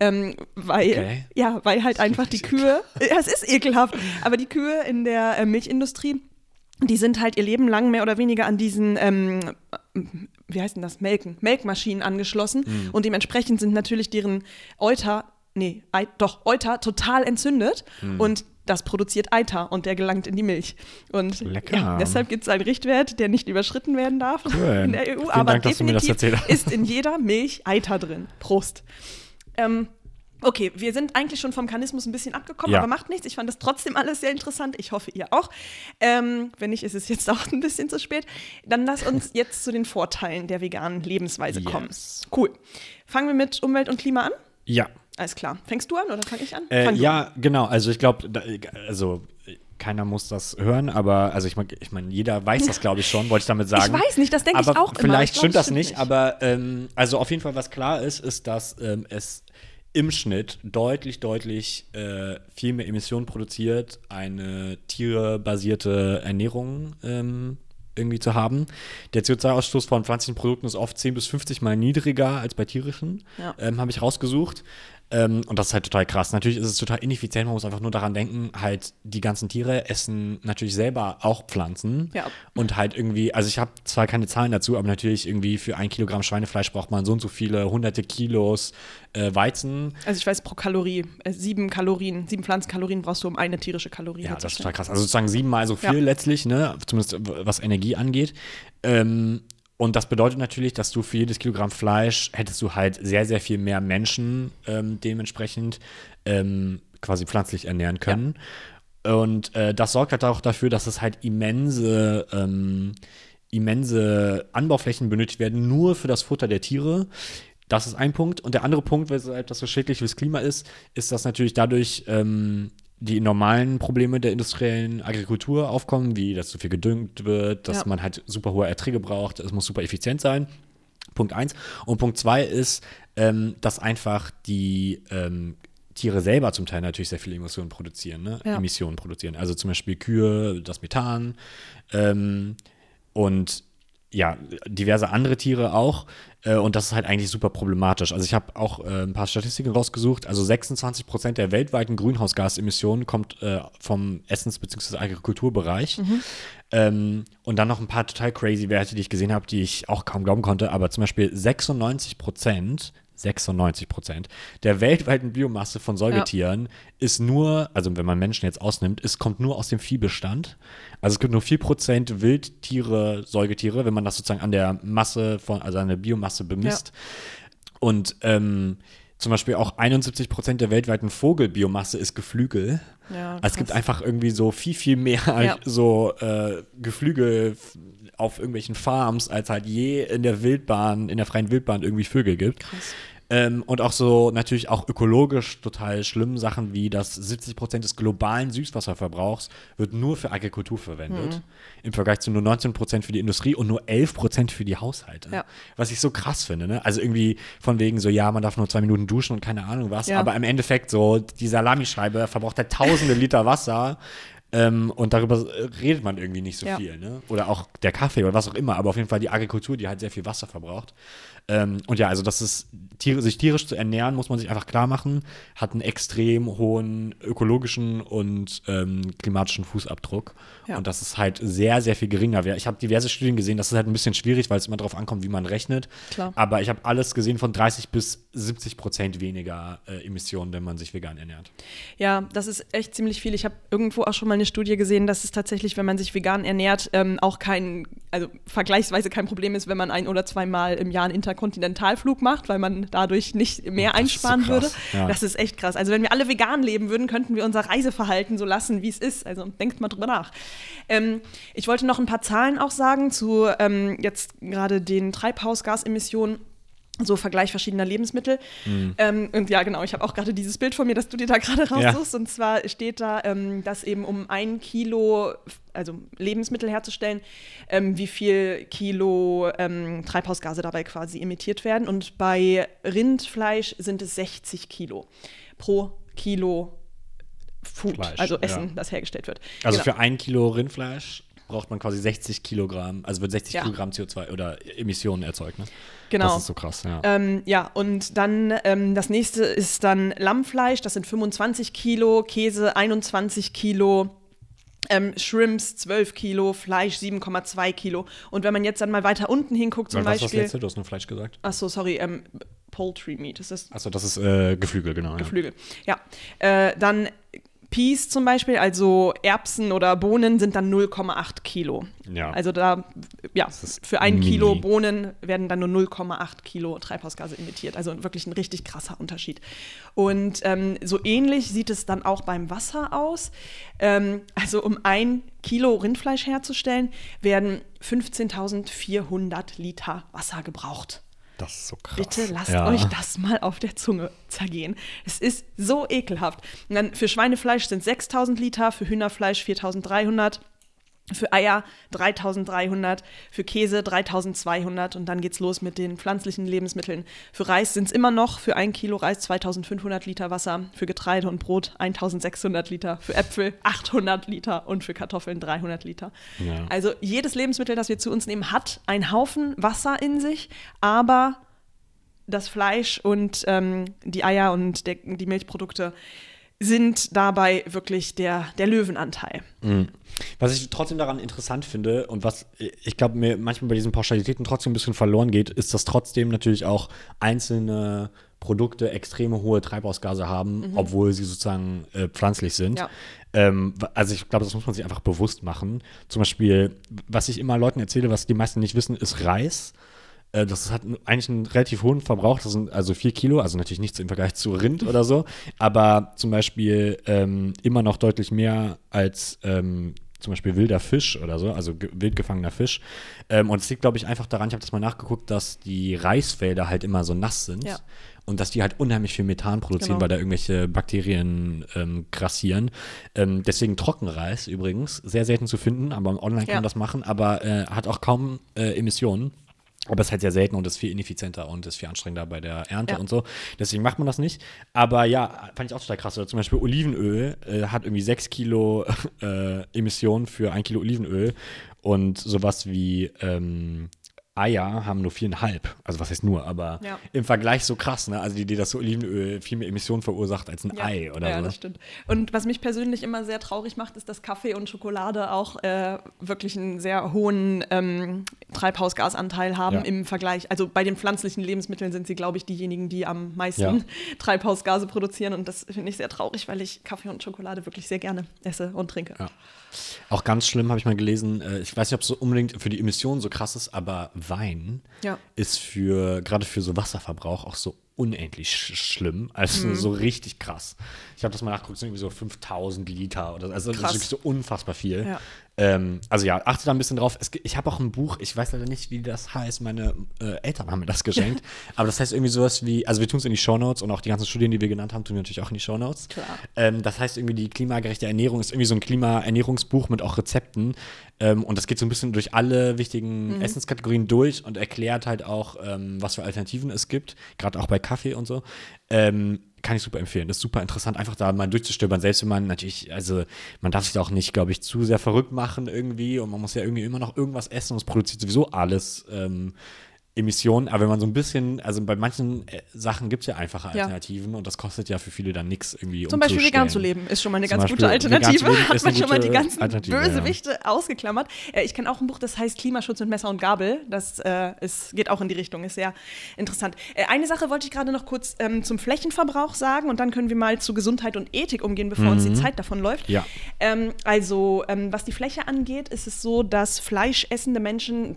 Weil halt einfach die Kühe, es ist ekelhaft, aber die Kühe in der Milchindustrie, die sind halt ihr Leben lang mehr oder weniger an diesen wie heißt denn das? Melkmaschinen angeschlossen. Und dementsprechend sind natürlich deren Euter total entzündet. Und das produziert Eiter und der gelangt in die Milch. Und deshalb gibt es einen Richtwert, der nicht überschritten werden darf in der EU.
Vielen
aber
Dank, dass du mir das
definitiv
erzählt hast.
ist in jeder Milch Eiter drin. Prost. Okay, wir sind eigentlich schon vom Kanismus ein bisschen abgekommen, aber macht nichts. Ich fand das trotzdem alles sehr interessant. Ich hoffe, ihr auch. Wenn nicht, ist es jetzt auch ein bisschen zu spät. Dann lass uns jetzt zu den Vorteilen der veganen Lebensweise kommen. Cool. Fangen wir mit Umwelt und Klima an?
Ja.
Alles klar. Fängst du an oder fange ich an?
Genau. Also ich glaube, keiner muss das hören, aber also ich meine, jeder weiß das, glaube ich, schon, wollte ich damit sagen.
Ich weiß nicht, das denke ich auch immer.
Vielleicht stimmt das nicht, aber also auf jeden Fall, was klar ist, dass es im Schnitt deutlich viel mehr Emissionen produziert, eine tierbasierte Ernährung irgendwie zu haben. Der CO2-Ausstoß von pflanzlichen Produkten ist oft 10 bis 50 Mal niedriger als bei tierischen, habe ich rausgesucht. Und das ist halt total krass. Natürlich ist es total ineffizient, man muss einfach nur daran denken, halt die ganzen Tiere essen natürlich selber auch Pflanzen. Ja. Und halt irgendwie, also ich habe zwar keine Zahlen dazu, aber natürlich irgendwie für 1 Kilogramm Schweinefleisch braucht man so und so viele hunderte Kilos Weizen.
Also ich weiß, pro Kalorie, 7 Pflanzenkalorien brauchst du, um eine tierische Kalorie herzustellen.
Ja, das ist total krass. Also sozusagen 7-mal so viel letztlich, ne? Zumindest was Energie angeht. Und das bedeutet natürlich, dass du für jedes Kilogramm Fleisch hättest du halt sehr, sehr viel mehr Menschen dementsprechend quasi pflanzlich ernähren können. Ja. Und das sorgt halt auch dafür, dass es halt immense Anbauflächen benötigt werden, nur für das Futter der Tiere, Das ist ein Punkt. Und der andere Punkt, weshalb das so schädlich fürs Klima ist, dass natürlich dadurch die normalen Probleme der industriellen Agrikultur aufkommen, wie dass zu viel gedüngt wird, dass man halt super hohe Erträge braucht, es muss super effizient sein. Punkt 1. Und Punkt 2 ist, dass einfach die Tiere selber zum Teil natürlich sehr viele Emissionen produzieren, ne? Emissionen produzieren. Also zum Beispiel Kühe, das Methan und ja, diverse andere Tiere auch. Und das ist halt eigentlich super problematisch. Also ich habe auch ein paar Statistiken rausgesucht. Also 26% der weltweiten Grünhausgasemissionen kommt vom Essens- bzw. Agrikulturbereich. Und dann noch ein paar total crazy Werte, die ich gesehen habe, die ich auch kaum glauben konnte. Aber zum Beispiel 96% der weltweiten Biomasse von Säugetieren ist nur, also wenn man Menschen jetzt ausnimmt, kommt nur aus dem Viehbestand. Also es gibt nur 4% Wildtiere, Säugetiere, wenn man das sozusagen an der Masse also an der Biomasse bemisst. Und zum Beispiel auch 71% der weltweiten Vogelbiomasse ist Geflügel. Ja, also es gibt einfach irgendwie so viel mehr so Geflügel auf irgendwelchen Farms, als halt je in der freien Wildbahn irgendwie Vögel gibt. Krass. Und auch so natürlich auch ökologisch total schlimm Sachen wie, dass 70% des globalen Süßwasserverbrauchs wird nur für Agrikultur verwendet. Im Vergleich zu nur 19% für die Industrie und nur 11% für die Haushalte. Ja. Was ich so krass finde, ne? Also irgendwie von wegen so, ja, man darf nur 2 Minuten duschen und keine Ahnung was. Ja. Aber im Endeffekt so, die Salamischeibe verbraucht halt tausende Liter Wasser. Und darüber redet man irgendwie nicht so viel, ne? Oder auch der Kaffee oder was auch immer, aber auf jeden Fall die Agrikultur, die halt sehr viel Wasser verbraucht. Und ja, also das ist, sich tierisch zu ernähren, muss man sich einfach klar machen, hat einen extrem hohen ökologischen und klimatischen Fußabdruck. Ja. Und das ist halt sehr, sehr viel geringer. Ich habe diverse Studien gesehen, das ist halt ein bisschen schwierig, weil es immer darauf ankommt, wie man rechnet. Klar. Aber ich habe alles gesehen von 30-70% weniger Emissionen, wenn man sich vegan ernährt.
Ja, das ist echt ziemlich viel. Ich habe irgendwo auch schon mal eine Studie gesehen, dass es tatsächlich, wenn man sich vegan ernährt, auch vergleichsweise kein Problem ist, wenn man 1 oder 2 Mal im Jahr einen Interkontinentalflug macht, weil man dadurch nicht mehr einsparen würde. Ja. Das ist echt krass. Also wenn wir alle vegan leben würden, könnten wir unser Reiseverhalten so lassen, wie es ist. Also denkt mal drüber nach. Ich wollte noch ein paar Zahlen auch sagen zu jetzt gerade den Treibhausgasemissionen. So Vergleich verschiedener Lebensmittel. Und ja, genau, ich habe auch gerade dieses Bild von mir, das du dir da gerade raussuchst. Ja. Und zwar steht da, dass eben um 1 Kilo, also Lebensmittel herzustellen, wie viel Kilo Treibhausgase dabei quasi emittiert werden. Und bei Rindfleisch sind es 60 Kilo pro Kilo Food, Fleisch, also Essen, das hergestellt wird.
Also für 1 Kilo Rindfleisch braucht man quasi 60 Kilogramm, also wird 60 Kilogramm CO2 oder Emissionen erzeugt, ne?
Genau.
Das ist so krass, ja.
Ja, und dann das nächste ist dann Lammfleisch, das sind 25 Kilo, Käse 21 Kilo, Shrimps 12 Kilo, Fleisch 7,2 Kilo. Und wenn man jetzt dann mal weiter unten hinguckt, zum Beispiel. Was ist das letzte?
Du hast nur Fleisch gesagt.
Achso, sorry, Poultry Meat.
Achso, das ist Geflügel, genau.
Geflügel, ja. Dann Peas zum Beispiel, also Erbsen oder Bohnen, sind dann 0,8 Kilo. Ja. Also da, ja, für 1 Kilo Bohnen werden dann nur 0,8 Kilo Treibhausgase emittiert. Also wirklich ein richtig krasser Unterschied. Und so ähnlich sieht es dann auch beim Wasser aus. Also um 1 Kilo Rindfleisch herzustellen, werden 15.400 Liter Wasser gebraucht.
Das ist so krass.
Bitte lasst euch das mal auf der Zunge zergehen. Es ist so ekelhaft. Und dann für Schweinefleisch sind 6.000 Liter, für Hühnerfleisch 4.300, für Eier 3.300, für Käse 3.200 und dann geht's los mit den pflanzlichen Lebensmitteln. Für Reis sind es immer noch für 1 Kilo Reis 2.500 Liter Wasser, für Getreide und Brot 1.600 Liter, für Äpfel 800 Liter und für Kartoffeln 300 Liter. Ja. Also jedes Lebensmittel, das wir zu uns nehmen, hat einen Haufen Wasser in sich, aber das Fleisch und die Eier und die Milchprodukte sind dabei wirklich der Löwenanteil.
Mhm. Was ich trotzdem daran interessant finde und was ich glaube mir manchmal bei diesen Pauschalitäten trotzdem ein bisschen verloren geht, ist, dass trotzdem natürlich auch einzelne Produkte extreme hohe Treibhausgase haben, obwohl sie sozusagen pflanzlich sind. Ja. Also ich glaube, das muss man sich einfach bewusst machen. Zum Beispiel, was ich immer Leuten erzähle, was die meisten nicht wissen, ist Reis. Das hat eigentlich einen relativ hohen Verbrauch, das sind also 4 Kilo, also natürlich nichts im Vergleich zu Rind oder so, aber zum Beispiel immer noch deutlich mehr als zum Beispiel wilder Fisch oder so, also wild gefangener Fisch. Und es liegt, glaube ich, einfach daran, ich habe das mal nachgeguckt, dass die Reisfelder halt immer so nass sind.
Ja.
Und dass die halt unheimlich viel Methan produzieren,
Genau.
weil da irgendwelche Bakterien grassieren. Deswegen Trockenreis übrigens, sehr selten zu finden, aber online kann man das machen, aber hat auch kaum Emissionen. Aber es ist halt sehr selten und ist viel ineffizienter und ist viel anstrengender bei der Ernte und so. Deswegen macht man das nicht. Aber ja, fand ich auch total krass. Oder zum Beispiel Olivenöl hat irgendwie 6 Kilo Emissionen für 1 Kilo Olivenöl. Und sowas wie Eier haben nur 4,5. Also was heißt nur, aber im Vergleich so krass, ne? Also die Idee, dass so Olivenöl viel mehr Emissionen verursacht als ein Ei oder so.
Ja, das stimmt. Und was mich persönlich immer sehr traurig macht, ist, dass Kaffee und Schokolade auch wirklich einen sehr hohen Treibhausgasanteil haben im Vergleich. Also bei den pflanzlichen Lebensmitteln sind sie, glaube ich, diejenigen, die am meisten Treibhausgase produzieren. Und das finde ich sehr traurig, weil ich Kaffee und Schokolade wirklich sehr gerne esse und trinke.
Ja. Auch ganz schlimm, habe ich mal gelesen, ich weiß nicht, ob es so unbedingt für die Emissionen so krass ist, aber Wein ist gerade für so Wasserverbrauch auch so unendlich schlimm, also so richtig krass. Ich habe das mal nachgeguckt, es sind irgendwie so 5000 Liter oder so, also das ist wirklich so unfassbar viel.
Ja.
Also ja, achte da ein bisschen drauf. Ich habe auch ein Buch, ich weiß leider nicht, wie das heißt, meine Eltern haben mir das geschenkt, aber das heißt irgendwie sowas wie, also wir tun es in die Shownotes und auch die ganzen Studien, die wir genannt haben, tun wir natürlich auch in die Shownotes.
Klar.
Das heißt irgendwie die klimagerechte Ernährung ist irgendwie so ein Klimaernährungsbuch mit auch Rezepten und das geht so ein bisschen durch alle wichtigen Essenskategorien durch und erklärt halt auch, was für Alternativen es gibt, gerade auch bei Kaffee und so. Kann ich super empfehlen. Das ist super interessant, einfach da mal durchzustöbern. Selbst wenn man natürlich, also man darf sich da auch nicht, glaube ich, zu sehr verrückt machen irgendwie und man muss ja irgendwie immer noch irgendwas essen und es produziert sowieso alles Emissionen, aber wenn man so ein bisschen, also bei manchen Sachen gibt es ja einfache Alternativen und das kostet ja für viele dann nichts irgendwie
Zum Beispiel vegan zu leben ist schon mal eine ganz gute Alternative. Hat man schon mal die ganzen Bösewichte ausgeklammert. Ich kenne auch ein Buch, das heißt Klimaschutz mit Messer und Gabel. Das geht auch in die Richtung, ist sehr interessant. Eine Sache wollte ich gerade noch kurz zum Flächenverbrauch sagen und dann können wir mal zu Gesundheit und Ethik umgehen, bevor uns die Zeit davon läuft.
Ja.
Was die Fläche angeht, ist es so, dass fleischessende Menschen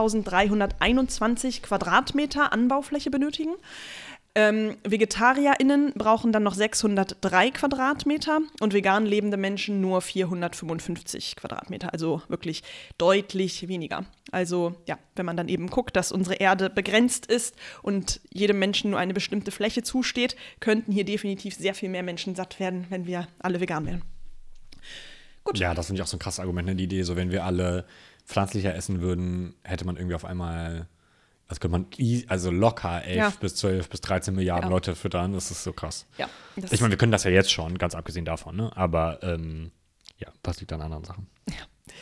3321 Quadratmeter Anbaufläche benötigen. VegetarierInnen brauchen dann noch 603 Quadratmeter und vegan lebende Menschen nur 455 Quadratmeter, also wirklich deutlich weniger. Also ja, wenn man dann eben guckt, dass unsere Erde begrenzt ist und jedem Menschen nur eine bestimmte Fläche zusteht, könnten hier definitiv sehr viel mehr Menschen satt werden, wenn wir alle vegan wären. Gut.
Ja, das finde ich auch so ein krasses Argument, ne? Die Idee, so wenn wir alle pflanzlicher essen würden, hätte man irgendwie auf einmal, also könnte man also locker 11 bis 12 bis 13 Milliarden Leute füttern. Das ist so krass.
Ja,
ich meine, wir können das ja jetzt schon, ganz abgesehen davon, ne? Aber das liegt an anderen Sachen.
Ja.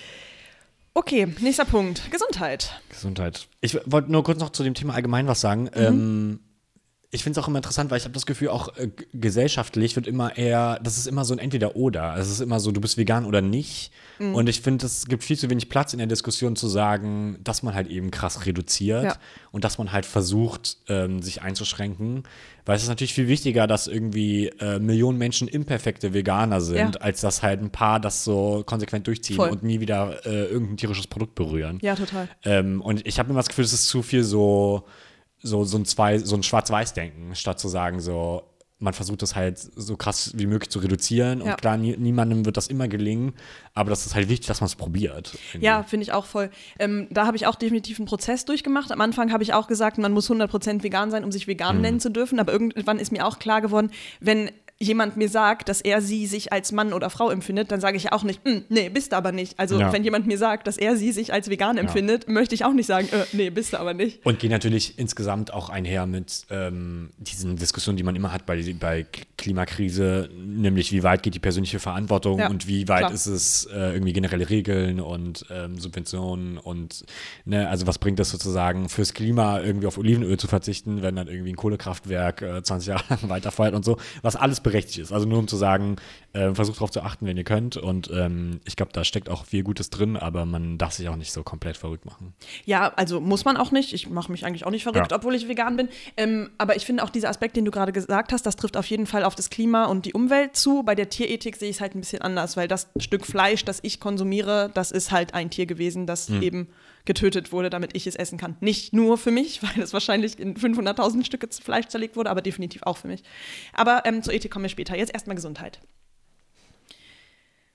Okay, nächster Punkt. Gesundheit.
Ich wollte nur kurz noch zu dem Thema allgemein was sagen. Ich finde es auch immer interessant, weil ich habe das Gefühl, auch gesellschaftlich wird immer eher, das ist immer so ein Entweder-Oder. Es ist immer so, du bist vegan oder nicht. Und ich finde, es gibt viel zu wenig Platz in der Diskussion zu sagen, dass man halt eben krass reduziert und dass man halt versucht, sich einzuschränken. Weil es ist natürlich viel wichtiger, dass irgendwie Millionen Menschen imperfekte Veganer sind, als dass halt ein paar das so konsequent durchziehen und nie wieder irgendein tierisches Produkt berühren.
Ja, total.
Und ich habe immer das Gefühl, es ist zu viel so ein Schwarz-Weiß-Denken, statt zu sagen, so, man versucht das halt so krass wie möglich zu reduzieren. Und klar, niemandem wird das immer gelingen, aber das ist halt wichtig, dass man es probiert. Irgendwie.
Ja, finde ich auch voll. Da habe ich auch definitiv einen Prozess durchgemacht. Am Anfang habe ich auch gesagt, man muss 100% vegan sein, um sich vegan nennen zu dürfen. Aber irgendwann ist mir auch klar geworden, wenn jemand mir sagt, dass sie sich als Mann oder Frau empfindet, dann sage ich ja auch nicht, nee, bist du aber nicht. Also wenn jemand mir sagt, dass sie sich als vegan empfindet, möchte ich auch nicht sagen, nee, bist du aber nicht.
Und geht natürlich insgesamt auch einher mit diesen Diskussionen, die man immer hat bei Klimakrise, nämlich wie weit geht die persönliche Verantwortung und wie weit ist es irgendwie generelle Regeln und Subventionen und also was bringt das sozusagen fürs Klima irgendwie auf Olivenöl zu verzichten, wenn dann irgendwie ein Kohlekraftwerk 20 Jahre lang weiterfeuert und so, was alles berechtigt ist. Also nur um zu sagen, versucht darauf zu achten, wenn ihr könnt. Und ich glaube, da steckt auch viel Gutes drin, aber man darf sich auch nicht so komplett verrückt machen.
Ja, also muss man auch nicht. Ich mache mich eigentlich auch nicht verrückt, obwohl ich vegan bin. Aber ich finde auch dieser Aspekt, den du gerade gesagt hast, das trifft auf jeden Fall auf das Klima und die Umwelt zu. Bei der Tierethik sehe ich es halt ein bisschen anders, weil das Stück Fleisch, das ich konsumiere, das ist halt ein Tier gewesen, das eben getötet wurde, damit ich es essen kann. Nicht nur für mich, weil es wahrscheinlich in 500.000 Stücke Fleisch zerlegt wurde, aber definitiv auch für mich. Aber zur Ethik kommen wir später. Jetzt erstmal Gesundheit.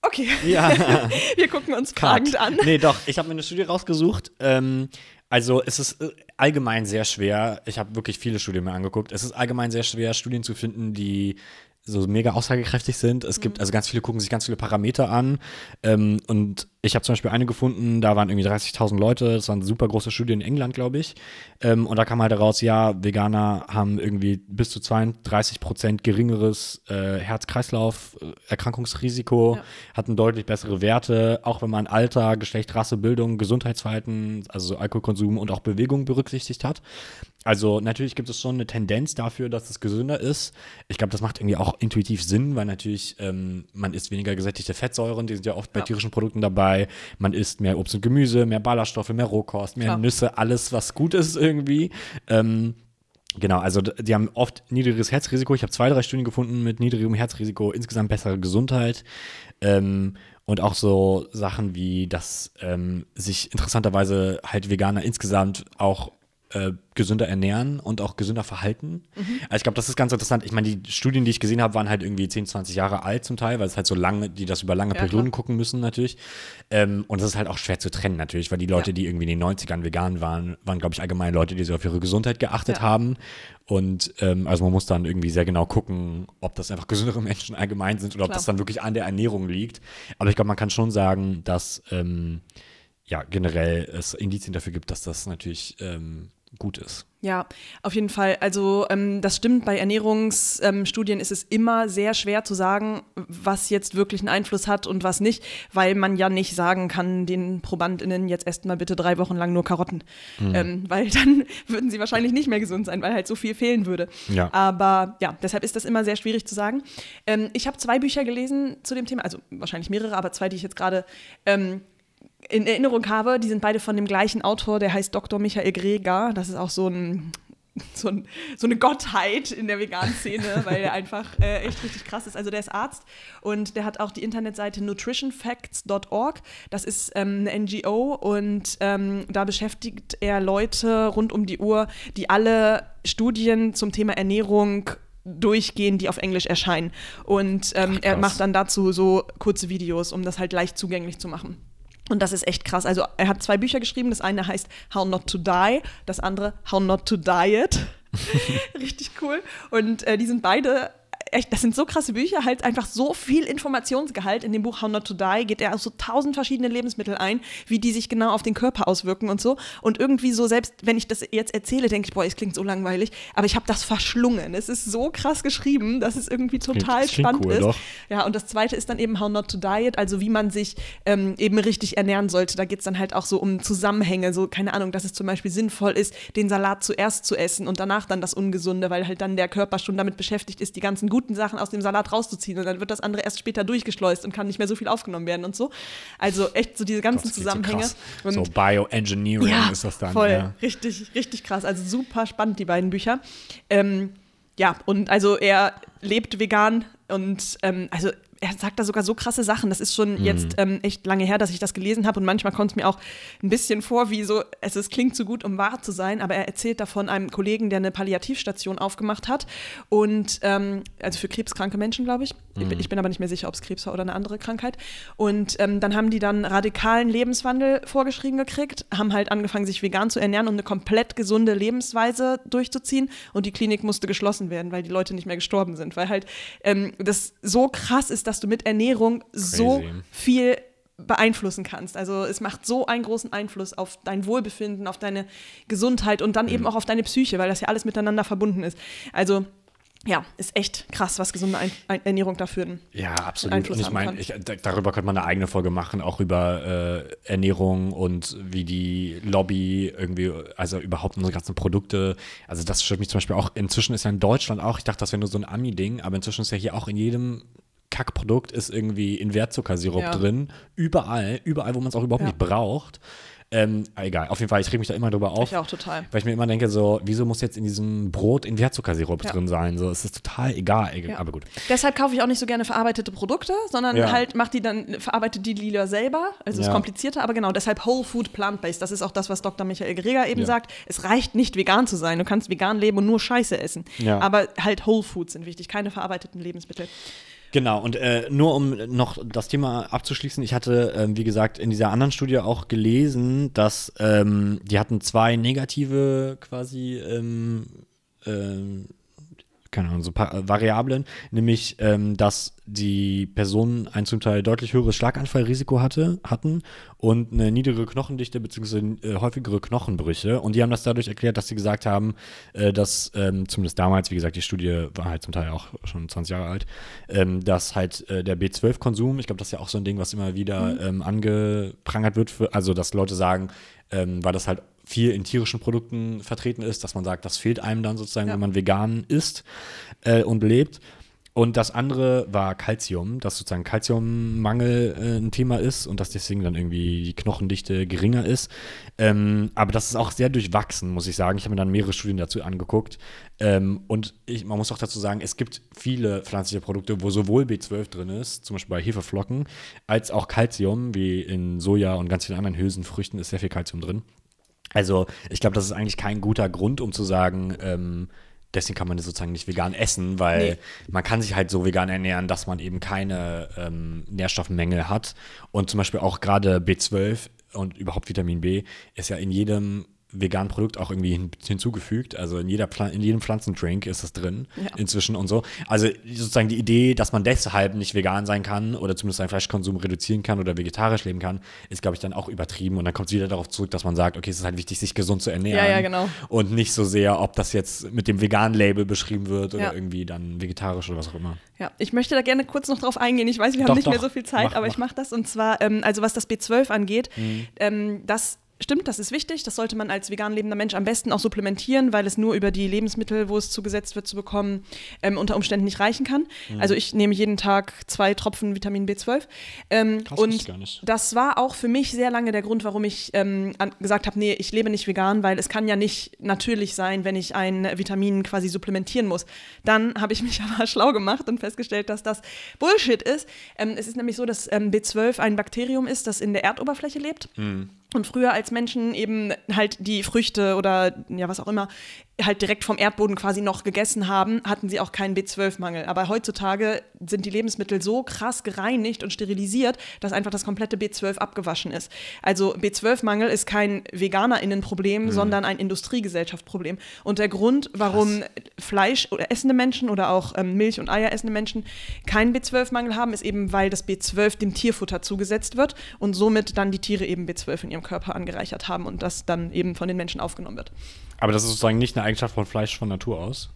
Okay.
Ja.
Wir gucken uns fragend an.
Nee, doch, ich habe mir eine Studie rausgesucht. Also es ist allgemein sehr schwer, ich habe wirklich viele Studien mir angeguckt, es ist allgemein sehr schwer, Studien zu finden, die so mega aussagekräftig sind. Es gibt, also ganz viele gucken sich ganz viele Parameter an. Und ich habe zum Beispiel eine gefunden, da waren irgendwie 30.000 Leute, das waren super große Studien in England, glaube ich. Und da kam halt heraus, ja, Veganer haben irgendwie bis zu 32% geringeres Herz-Kreislauf-Erkrankungsrisiko, hatten deutlich bessere Werte, auch wenn man Alter, Geschlecht, Rasse, Bildung, Gesundheitsverhalten, also Alkoholkonsum und auch Bewegung berücksichtigt hat. Also natürlich gibt es schon eine Tendenz dafür, dass es gesünder ist. Ich glaube, das macht irgendwie auch intuitiv Sinn, weil natürlich man isst weniger gesättigte Fettsäuren, die sind ja oft bei tierischen Produkten dabei. Man isst mehr Obst und Gemüse, mehr Ballaststoffe, mehr Rohkost, mehr Nüsse, alles, was gut ist irgendwie. Genau, also die haben oft niedrigeres Herzrisiko. Ich habe 2, 3 Studien gefunden mit niedrigem Herzrisiko, insgesamt bessere Gesundheit. Und auch so Sachen wie, dass sich interessanterweise halt Veganer insgesamt auch gesünder ernähren und auch gesünder verhalten. Also ich glaube, das ist ganz interessant. Ich meine, die Studien, die ich gesehen habe, waren halt irgendwie 10, 20 Jahre alt zum Teil, weil es halt so lange, die das über lange Perioden gucken müssen natürlich. Und das ist halt auch schwer zu trennen natürlich, weil die Leute, die irgendwie in den 90ern vegan waren, glaube ich, allgemein Leute, die so auf ihre Gesundheit geachtet haben. Und also man muss dann irgendwie sehr genau gucken, ob das einfach gesündere Menschen allgemein sind oder ob das dann wirklich an der Ernährung liegt. Aber ich glaube, man kann schon sagen, dass generell es Indizien dafür gibt, dass das natürlich gut ist.
Ja, auf jeden Fall. Also das stimmt, bei Ernährungsstudien ist es immer sehr schwer zu sagen, was jetzt wirklich einen Einfluss hat und was nicht, weil man ja nicht sagen kann, den ProbandInnen, jetzt esst mal bitte 3 Wochen lang nur Karotten. Weil dann würden sie wahrscheinlich nicht mehr gesund sein, weil halt so viel fehlen würde.
Ja.
Aber ja, deshalb ist das immer sehr schwierig zu sagen. Ich habe 2 Bücher gelesen zu dem Thema, also wahrscheinlich mehrere, aber 2, die ich jetzt gerade in Erinnerung habe, die sind beide von dem gleichen Autor, der heißt Dr. Michael Greger. Das ist auch so eine Gottheit in der veganen Szene, weil er einfach echt richtig krass ist. Also der ist Arzt und der hat auch die Internetseite nutritionfacts.org. Das ist eine NGO und da beschäftigt er Leute rund um die Uhr, die alle Studien zum Thema Ernährung durchgehen, die auf Englisch erscheinen. Und er macht dann dazu so kurze Videos, um das halt leicht zugänglich zu machen. Und das ist echt krass. Also er hat 2 Bücher geschrieben. Das eine heißt How Not to Die, das andere How Not to Diet. Richtig cool. Und die sind beide echt, das sind so krasse Bücher, halt einfach so viel Informationsgehalt. In dem Buch How Not to Die geht er auf so 1000 verschiedene Lebensmittel ein, wie die sich genau auf den Körper auswirken und so. Und irgendwie so, selbst wenn ich das jetzt erzähle, denke ich, boah, es klingt so langweilig, aber ich habe das verschlungen. Es ist so krass geschrieben, dass es irgendwie total spannend
cool,
ist.
doch.
Ja, und das zweite ist dann eben How Not to Diet, also wie man sich eben richtig ernähren sollte. Da geht es dann halt auch so um Zusammenhänge, so, keine Ahnung, dass es zum Beispiel sinnvoll ist, den Salat zuerst zu essen und danach dann das Ungesunde, weil halt dann der Körper schon damit beschäftigt ist, die ganzen guten Sachen aus dem Salat rauszuziehen und dann wird das andere erst später durchgeschleust und kann nicht mehr so viel aufgenommen werden und so. Also echt so diese ganzen Zusammenhänge.
So Bioengineering ist das dann.
Voll,
ja.
richtig, richtig krass. Also super spannend, die beiden Bücher. Und also er lebt vegan und also er sagt da sogar so krasse Sachen. Das ist schon jetzt echt lange her, dass ich das gelesen habe und manchmal kommt es mir auch ein bisschen vor, wie so, es klingt zu gut, um wahr zu sein, aber er erzählt davon einem Kollegen, der eine Palliativstation aufgemacht hat und also für krebskranke Menschen, glaube ich. Ich bin aber nicht mehr sicher, ob es Krebs war oder eine andere Krankheit. Und dann haben die dann radikalen Lebenswandel vorgeschrieben gekriegt, haben halt angefangen, sich vegan zu ernähren und eine komplett gesunde Lebensweise durchzuziehen und die Klinik musste geschlossen werden, weil die Leute nicht mehr gestorben sind, weil halt das so krass ist, dass du mit Ernährung so viel beeinflussen kannst. Also es macht so einen großen Einfluss auf dein Wohlbefinden, auf deine Gesundheit und dann eben auch auf deine Psyche, weil das ja alles miteinander verbunden ist. Also ja, ist echt krass, was gesunde Ernährung dafür
ja, absolut. Und ich meine, darüber könnte man eine eigene Folge machen, auch über Ernährung und wie die Lobby irgendwie, also überhaupt unsere ganzen Produkte, also das stört mich zum Beispiel auch, inzwischen ist ja in Deutschland auch, ich dachte, das wäre nur so ein Ami-Ding, aber inzwischen ist ja hier auch in jedem Kackprodukt ist irgendwie Invertzuckersirup drin. Überall, wo man es auch überhaupt nicht braucht. Egal, auf jeden Fall, ich reg mich da immer drüber auf.
Ich auch total.
Weil ich mir immer denke, so, wieso muss jetzt in diesem Brot Invertzuckersirup drin sein? So, es ist total egal, aber gut.
Deshalb kaufe ich auch nicht so gerne verarbeitete Produkte, sondern halt verarbeitet die lieber selber. Also ist komplizierter, aber genau, deshalb Whole Food Plant-Based. Das ist auch das, was Dr. Michael Greger eben sagt. Es reicht nicht, vegan zu sein. Du kannst vegan leben und nur Scheiße essen. Ja. Aber halt Whole Foods sind wichtig, keine verarbeiteten Lebensmittel.
Genau, und nur um noch das Thema abzuschließen, ich hatte, wie gesagt, in dieser anderen Studie auch gelesen, dass die hatten 2 negative quasi keine Ahnung, so Variablen, nämlich, dass die Personen ein zum Teil deutlich höheres Schlaganfallrisiko hatten und eine niedrigere Knochendichte bzw. Häufigere Knochenbrüche. Und die haben das dadurch erklärt, dass sie gesagt haben, dass zumindest damals, wie gesagt, die Studie war halt zum Teil auch schon 20 Jahre alt, dass halt der B12-Konsum, ich glaube, das ist ja auch so ein Ding, was immer wieder angeprangert wird, also dass Leute sagen, weil das halt viel in tierischen Produkten vertreten ist, dass man sagt, das fehlt einem dann sozusagen, wenn man vegan isst und lebt. Und das andere war Calcium, dass sozusagen Calciummangel ein Thema ist und dass deswegen dann irgendwie die Knochendichte geringer ist. Aber das ist auch sehr durchwachsen, muss ich sagen. Ich habe mir dann mehrere Studien dazu angeguckt. Und man muss auch dazu sagen, es gibt viele pflanzliche Produkte, wo sowohl B12 drin ist, zum Beispiel bei Hefeflocken, als auch Calcium, wie in Soja und ganz vielen anderen Hülsenfrüchten ist sehr viel Calcium drin. Also ich glaube, das ist eigentlich kein guter Grund, um zu sagen, deswegen kann man das sozusagen nicht vegan essen, weil man kann sich halt so vegan ernähren, dass man eben keine Nährstoffmängel hat. Und zum Beispiel auch gerade B12 und überhaupt Vitamin B ist ja in jedem veganen Produkt auch irgendwie hinzugefügt. Also in jedem Pflanzendrink ist es drin inzwischen und so. Also sozusagen die Idee, dass man deshalb nicht vegan sein kann oder zumindest seinen Fleischkonsum reduzieren kann oder vegetarisch leben kann, ist, glaube ich, dann auch übertrieben. Und dann kommt es wieder darauf zurück, dass man sagt, okay, es ist halt wichtig, sich gesund zu ernähren.
Ja, genau.
Und nicht so sehr, ob das jetzt mit dem veganen Label beschrieben wird oder irgendwie dann vegetarisch oder was auch immer.
Ja, ich möchte da gerne kurz noch drauf eingehen. Ich weiß, wir haben nicht mehr so viel Zeit, aber ich mache das. Und zwar, also was das B12 angeht, das stimmt, das ist wichtig. Das sollte man als vegan lebender Mensch am besten auch supplementieren, weil es nur über die Lebensmittel, wo es zugesetzt wird, zu bekommen, unter Umständen nicht reichen kann. Also ich nehme jeden Tag 2 Tropfen Vitamin B12.
Krass,
und
gar nicht.
das war auch für mich sehr lange der Grund, warum ich gesagt habe, nee, ich lebe nicht vegan, weil es kann ja nicht natürlich sein, wenn ich ein Vitamin quasi supplementieren muss. Dann habe ich mich aber schlau gemacht und festgestellt, dass das Bullshit ist. Es ist nämlich so, dass B12 ein Bakterium ist, das in der Erdoberfläche lebt. Und früher als Menschen eben halt die Früchte oder ja was auch immer halt direkt vom Erdboden quasi noch gegessen haben, hatten sie auch keinen B12-Mangel. Aber heutzutage sind die Lebensmittel so krass gereinigt und sterilisiert, dass einfach das komplette B12 abgewaschen ist. Also B12-Mangel ist kein VeganerInnen-Problem, sondern ein Industriegesellschaft-Problem. Und der Grund, warum Fleisch oder essende Menschen oder auch Milch- und Eier essende Menschen keinen B12-Mangel haben, ist eben, weil das B12 dem Tierfutter zugesetzt wird und somit dann die Tiere eben B12 in ihrem Körper angereichert haben und das dann eben von den Menschen aufgenommen wird.
Aber das ist sozusagen nicht eine Eigenschaft von Fleisch von Natur aus?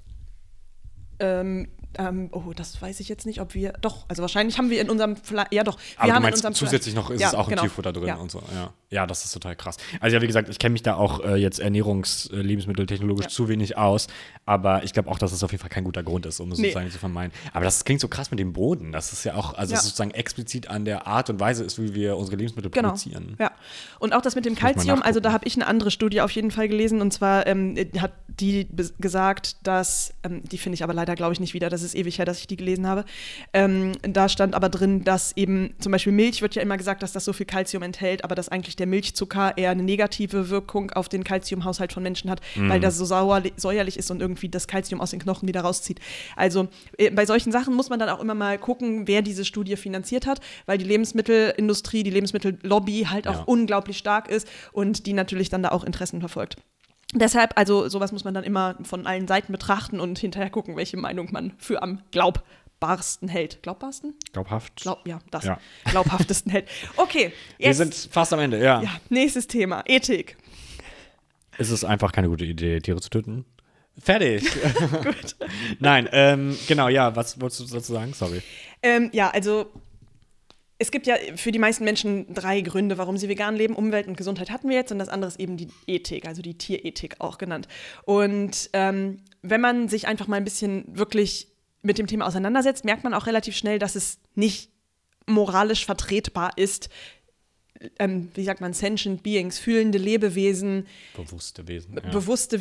Das weiß ich jetzt nicht, ob wir, doch, also wahrscheinlich haben wir in unserem
ja doch, wir haben in unserem zusätzlich noch ist es auch im Tierfutter drin und so, ja, das ist total krass. Also ja, wie gesagt, ich kenne mich da auch jetzt lebensmitteltechnologisch zu wenig aus, aber ich glaube auch, dass es auf jeden Fall kein guter Grund ist, um es sozusagen zu vermeiden. Aber das klingt so krass mit dem Boden, das ist ja auch, also es sozusagen explizit an der Art und Weise ist, wie wir unsere Lebensmittel produzieren.
Ja, und auch das mit dem Calcium, also da habe ich eine andere Studie auf jeden Fall gelesen und zwar hat die gesagt, dass, die finde ich aber leider, glaube ich, nicht wieder, das ist ewig her, dass ich die gelesen habe. Da stand aber drin, dass eben zum Beispiel Milch wird ja immer gesagt, dass das so viel Calcium enthält, aber dass eigentlich der Milchzucker eher eine negative Wirkung auf den Calciumhaushalt von Menschen hat, weil das so säuerlich ist und irgendwie das Calcium aus den Knochen wieder rauszieht. Also bei solchen Sachen muss man dann auch immer mal gucken, wer diese Studie finanziert hat, weil die Lebensmittelindustrie, die Lebensmittellobby halt auch unglaublich stark ist und die natürlich dann da auch Interessen verfolgt. Deshalb, also sowas muss man dann immer von allen Seiten betrachten und hinterher gucken, welche Meinung man für am glaubbarsten hält. Glaubbarsten?
Glaubhaft.
Glaubhaftesten hält. Okay.
Jetzt, wir sind fast am Ende, ja.
Nächstes Thema, Ethik.
Ist es einfach keine gute Idee, Tiere zu töten? Fertig. Gut. Nein, genau, ja, was wolltest du dazu sagen? Sorry.
Also es gibt ja für die meisten Menschen 3 Gründe, warum sie vegan leben. Umwelt und Gesundheit hatten wir jetzt und das andere ist eben die Ethik, also die Tierethik auch genannt. Und wenn man sich einfach mal ein bisschen wirklich mit dem Thema auseinandersetzt, merkt man auch relativ schnell, dass es nicht moralisch vertretbar ist, wie sagt man, sentient beings, fühlende Lebewesen, bewussten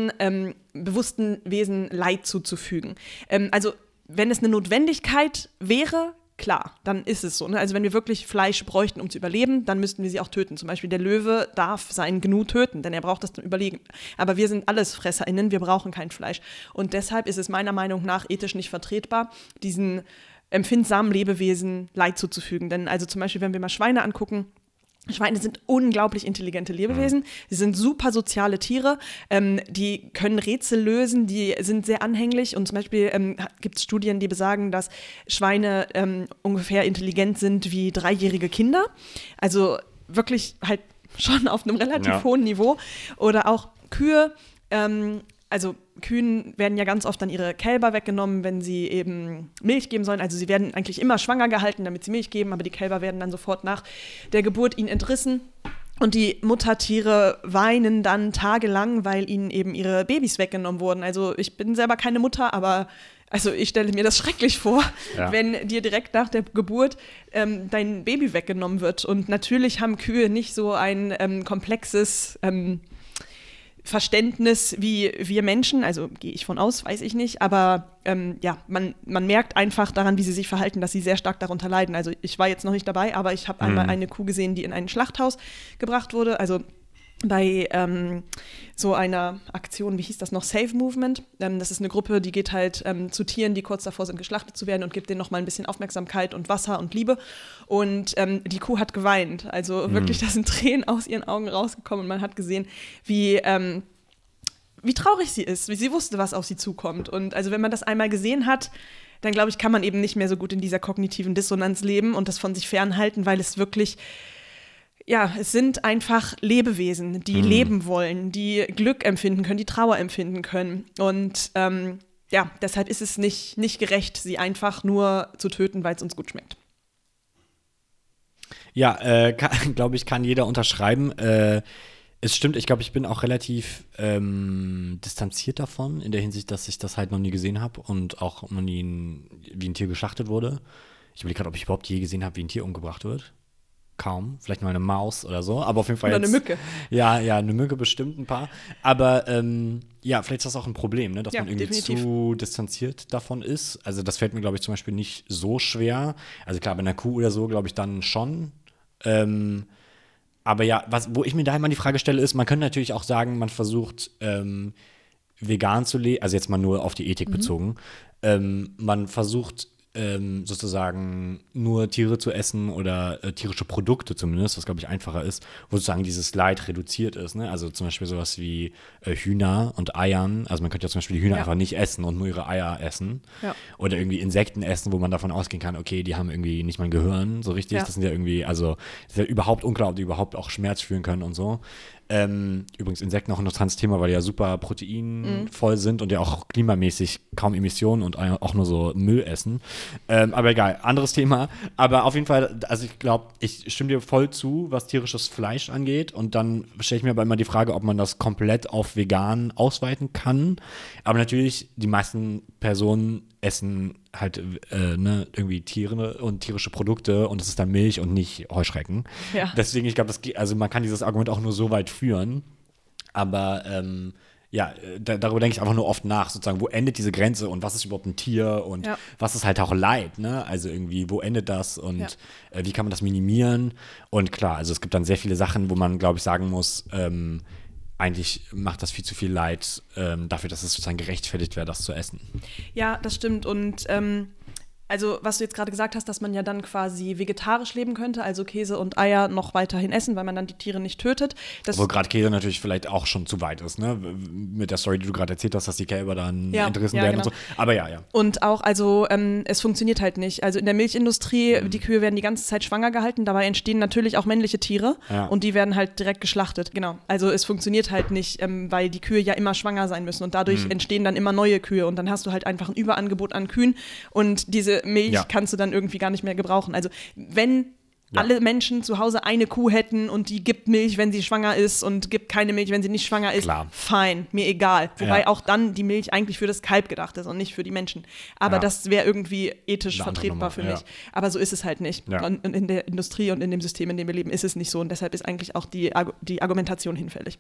Wesen Leid zuzufügen. Also wenn es eine Notwendigkeit wäre, klar, dann ist es so. Ne? Also wenn wir wirklich Fleisch bräuchten, um zu überleben, dann müssten wir sie auch töten. Zum Beispiel der Löwe darf seinen Gnu töten, denn er braucht das zum Überleben. Aber wir sind alles FresserInnen, wir brauchen kein Fleisch. Und deshalb ist es meiner Meinung nach ethisch nicht vertretbar, diesen empfindsamen Lebewesen Leid zuzufügen. Denn also zum Beispiel, wenn wir mal Schweine angucken, Schweine sind unglaublich intelligente Lebewesen. Sie sind super soziale Tiere. Die können Rätsel lösen. Die sind sehr anhänglich. Und zum Beispiel gibt es Studien, die besagen, dass Schweine ungefähr intelligent sind wie 3-jährige Kinder. Also wirklich halt schon auf einem relativ hohen Niveau. Oder auch Kühe. Also Kühen werden ja ganz oft dann ihre Kälber weggenommen, wenn sie eben Milch geben sollen. Also sie werden eigentlich immer schwanger gehalten, damit sie Milch geben, aber die Kälber werden dann sofort nach der Geburt ihnen entrissen. Und die Muttertiere weinen dann tagelang, weil ihnen eben ihre Babys weggenommen wurden. Also ich bin selber keine Mutter, aber also ich stelle mir das schrecklich vor, wenn dir direkt nach der Geburt dein Baby weggenommen wird. Und natürlich haben Kühe nicht so ein komplexes Verständnis wie wir Menschen, also gehe ich von aus, weiß ich nicht, aber man merkt einfach daran, wie sie sich verhalten, dass sie sehr stark darunter leiden. Also ich war jetzt noch nicht dabei, aber ich habe einmal eine Kuh gesehen, die in ein Schlachthaus gebracht wurde, also bei so einer Aktion, wie hieß das noch, Save Movement. Das ist eine Gruppe, die geht halt zu Tieren, die kurz davor sind, geschlachtet zu werden und gibt denen nochmal ein bisschen Aufmerksamkeit und Wasser und Liebe. Und die Kuh hat geweint. Also wirklich, da sind Tränen aus ihren Augen rausgekommen und man hat gesehen, wie traurig sie ist, wie sie wusste, was auf sie zukommt. Und also wenn man das einmal gesehen hat, dann glaube ich, kann man eben nicht mehr so gut in dieser kognitiven Dissonanz leben und das von sich fernhalten, weil es wirklich es sind einfach Lebewesen, die leben wollen, die Glück empfinden können, die Trauer empfinden können. Und deshalb ist es nicht gerecht, sie einfach nur zu töten, weil es uns gut schmeckt.
Ja, glaube ich, kann jeder unterschreiben. Es stimmt, ich glaube, ich bin auch relativ distanziert davon, in der Hinsicht, dass ich das halt noch nie gesehen habe und auch noch nie wie ein Tier geschlachtet wurde. Ich überlege gerade, ob ich überhaupt je gesehen habe, wie ein Tier umgebracht wird. Kaum, vielleicht mal eine Maus oder so, aber auf jeden Fall
oder eine Mücke.
Ja, eine Mücke bestimmt ein paar, aber vielleicht ist das auch ein Problem, ne, dass man irgendwie definitiv zu distanziert davon ist. Also das fällt mir, glaube ich, zum Beispiel nicht so schwer. Also klar, bei einer Kuh oder so, glaube ich, dann schon. Aber ja, wo ich mir da immer die Frage stelle, ist, man könnte natürlich auch sagen, man versucht vegan zu leben, also jetzt mal nur auf die Ethik bezogen, man versucht sozusagen nur Tiere zu essen oder tierische Produkte zumindest, was glaube ich einfacher ist, wo sozusagen dieses Leid reduziert ist. Ne? Also zum Beispiel sowas wie Hühner und Eiern. Also man könnte ja zum Beispiel die Hühner einfach nicht essen und nur ihre Eier essen. Ja. Oder irgendwie Insekten essen, wo man davon ausgehen kann, okay, die haben irgendwie nicht mal ein Gehirn so richtig. Ja. Das sind ja irgendwie, also ist ja überhaupt unklar, ob die überhaupt auch Schmerz fühlen können und so. Übrigens Insekten auch ein interessantes Thema, weil die ja super proteinvoll sind und ja auch klimamäßig kaum Emissionen und auch nur so Müll essen. Aber egal, anderes Thema. Aber auf jeden Fall, also ich glaube, ich stimme dir voll zu, was tierisches Fleisch angeht. Und dann stelle ich mir aber immer die Frage, ob man das komplett auf vegan ausweiten kann. Aber natürlich, die meisten Personen essen halt irgendwie Tiere und tierische Produkte und es ist dann Milch und nicht Heuschrecken. Ja. Deswegen, ich glaube, also man kann dieses Argument auch nur so weit führen. Aber darüber denke ich einfach nur oft nach, sozusagen, wo endet diese Grenze und was ist überhaupt ein Tier und was ist halt auch Leid, ne? Also irgendwie, wo endet das und wie kann man das minimieren? Und klar, also es gibt dann sehr viele Sachen, wo man, glaube ich, sagen muss, eigentlich macht das viel zu viel Leid dafür, dass es sozusagen gerechtfertigt wäre, das zu essen. Ja, das stimmt. Und also was du jetzt gerade gesagt hast, dass man ja dann quasi vegetarisch leben könnte, also Käse und Eier noch weiterhin essen, weil man dann die Tiere nicht tötet. Obwohl gerade Käse natürlich vielleicht auch schon zu weit ist, ne? Mit der Story, die du gerade erzählt hast, dass die Kälber dann entrissen werden und so. Aber ja. Und auch, also es funktioniert halt nicht. Also in der Milchindustrie, die Kühe werden die ganze Zeit schwanger gehalten, dabei entstehen natürlich auch männliche Tiere und die werden halt direkt geschlachtet. Genau. Also es funktioniert halt nicht, weil die Kühe ja immer schwanger sein müssen und dadurch entstehen dann immer neue Kühe und dann hast du halt einfach ein Überangebot an Kühen und diese Milch kannst du dann irgendwie gar nicht mehr gebrauchen. Also wenn alle Menschen zu Hause eine Kuh hätten und die gibt Milch, wenn sie schwanger ist und gibt keine Milch, wenn sie nicht schwanger ist, fein, mir egal. Wobei auch dann die Milch eigentlich für das Kalb gedacht ist und nicht für die Menschen. Aber das wäre irgendwie ethisch vertretbar für mich. Aber so ist es halt nicht. Ja. Und in der Industrie und in dem System, in dem wir leben, ist es nicht so. Und deshalb ist eigentlich auch die Argumentation hinfällig.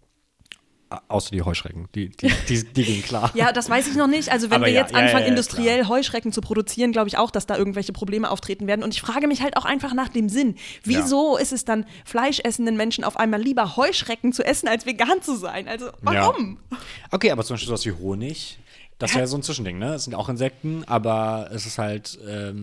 Außer die Heuschrecken, die gehen klar. Ja, das weiß ich noch nicht. Also wenn wir jetzt anfangen, industriell Heuschrecken zu produzieren, glaube ich auch, dass da irgendwelche Probleme auftreten werden. Und ich frage mich halt auch einfach nach dem Sinn. Wieso ist es dann fleischessenden Menschen auf einmal lieber Heuschrecken zu essen, als vegan zu sein? Also warum? Ja. Okay, aber zum Beispiel sowas wie Honig. Das wäre so ein Zwischending, ne? Es sind auch Insekten, aber es ist halt,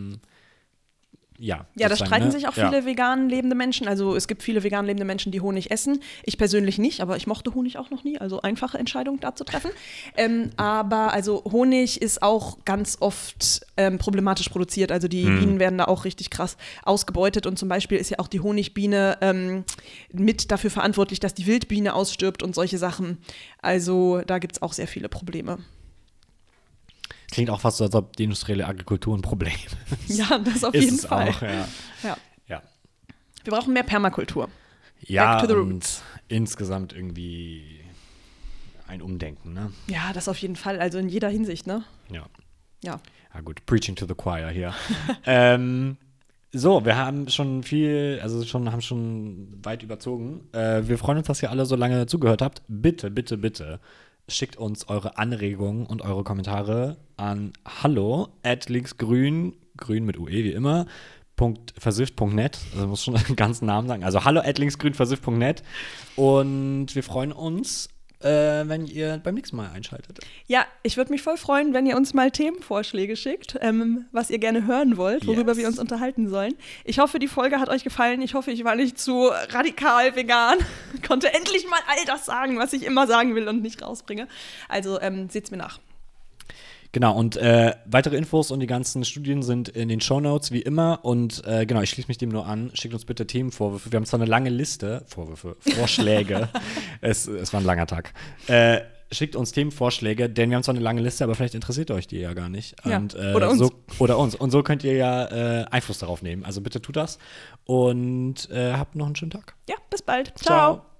ja.
Ja, da
sozusagen,
streiten
ne?
sich auch viele vegan lebende Menschen. Also es gibt viele vegan lebende Menschen, die Honig essen. Ich persönlich nicht, aber ich mochte Honig auch noch nie. Also einfache Entscheidung da zu treffen. Aber also Honig ist auch ganz oft problematisch produziert. Also die Bienen werden da auch richtig krass ausgebeutet. Und zum Beispiel ist ja auch die Honigbiene mit dafür verantwortlich, dass die Wildbiene ausstirbt und solche Sachen. Also da gibt es auch sehr viele Probleme.
Klingt auch fast so, als ob die industrielle Agrikultur ein Problem ist.
Ja, das auf
Ist
jeden
es
Fall.
Auch, ja.
Ja. Wir brauchen mehr Permakultur.
Ja,
Back to the
und
roots.
insgesamt irgendwie ein Umdenken, ne?
Ja, das auf jeden Fall. Also in jeder Hinsicht, ne?
Ja.
Ja.
Ja, gut, preaching to the choir hier. So, wir haben schon haben schon weit überzogen. Wir freuen uns, dass ihr alle so lange zugehört habt. Bitte, bitte, bitte schickt uns eure Anregungen und eure Kommentare an hallo@linksgrün, grün mit UE wie immer, .versifft.net, also muss schon den ganzen Namen sagen. Also hallo@linksgrün-versifft.net und wir freuen uns, wenn ihr beim nächsten Mal einschaltet.
Ja, ich würde mich voll freuen, wenn ihr uns mal Themenvorschläge schickt, was ihr gerne hören wollt, worüber wir uns unterhalten sollen. Ich hoffe, die Folge hat euch gefallen. Ich hoffe, ich war nicht zu radikal vegan. Konnte endlich mal all das sagen, was ich immer sagen will und nicht rausbringe. Also seht's mir nach.
Genau, und weitere Infos und die ganzen Studien sind in den Shownotes, wie immer. Und genau, ich schließe mich dem nur an. Schickt uns bitte Themenvorwürfe. Wir haben zwar eine lange Liste, Vorschläge. es war ein langer Tag. Schickt uns Themenvorschläge, denn wir haben zwar eine lange Liste, aber vielleicht interessiert euch die ja gar nicht.
Ja,
Und,
oder uns.
Oder uns. Und so könnt ihr ja Einfluss darauf nehmen. Also bitte tut das und habt noch einen schönen Tag.
Ja, bis bald.
Ciao.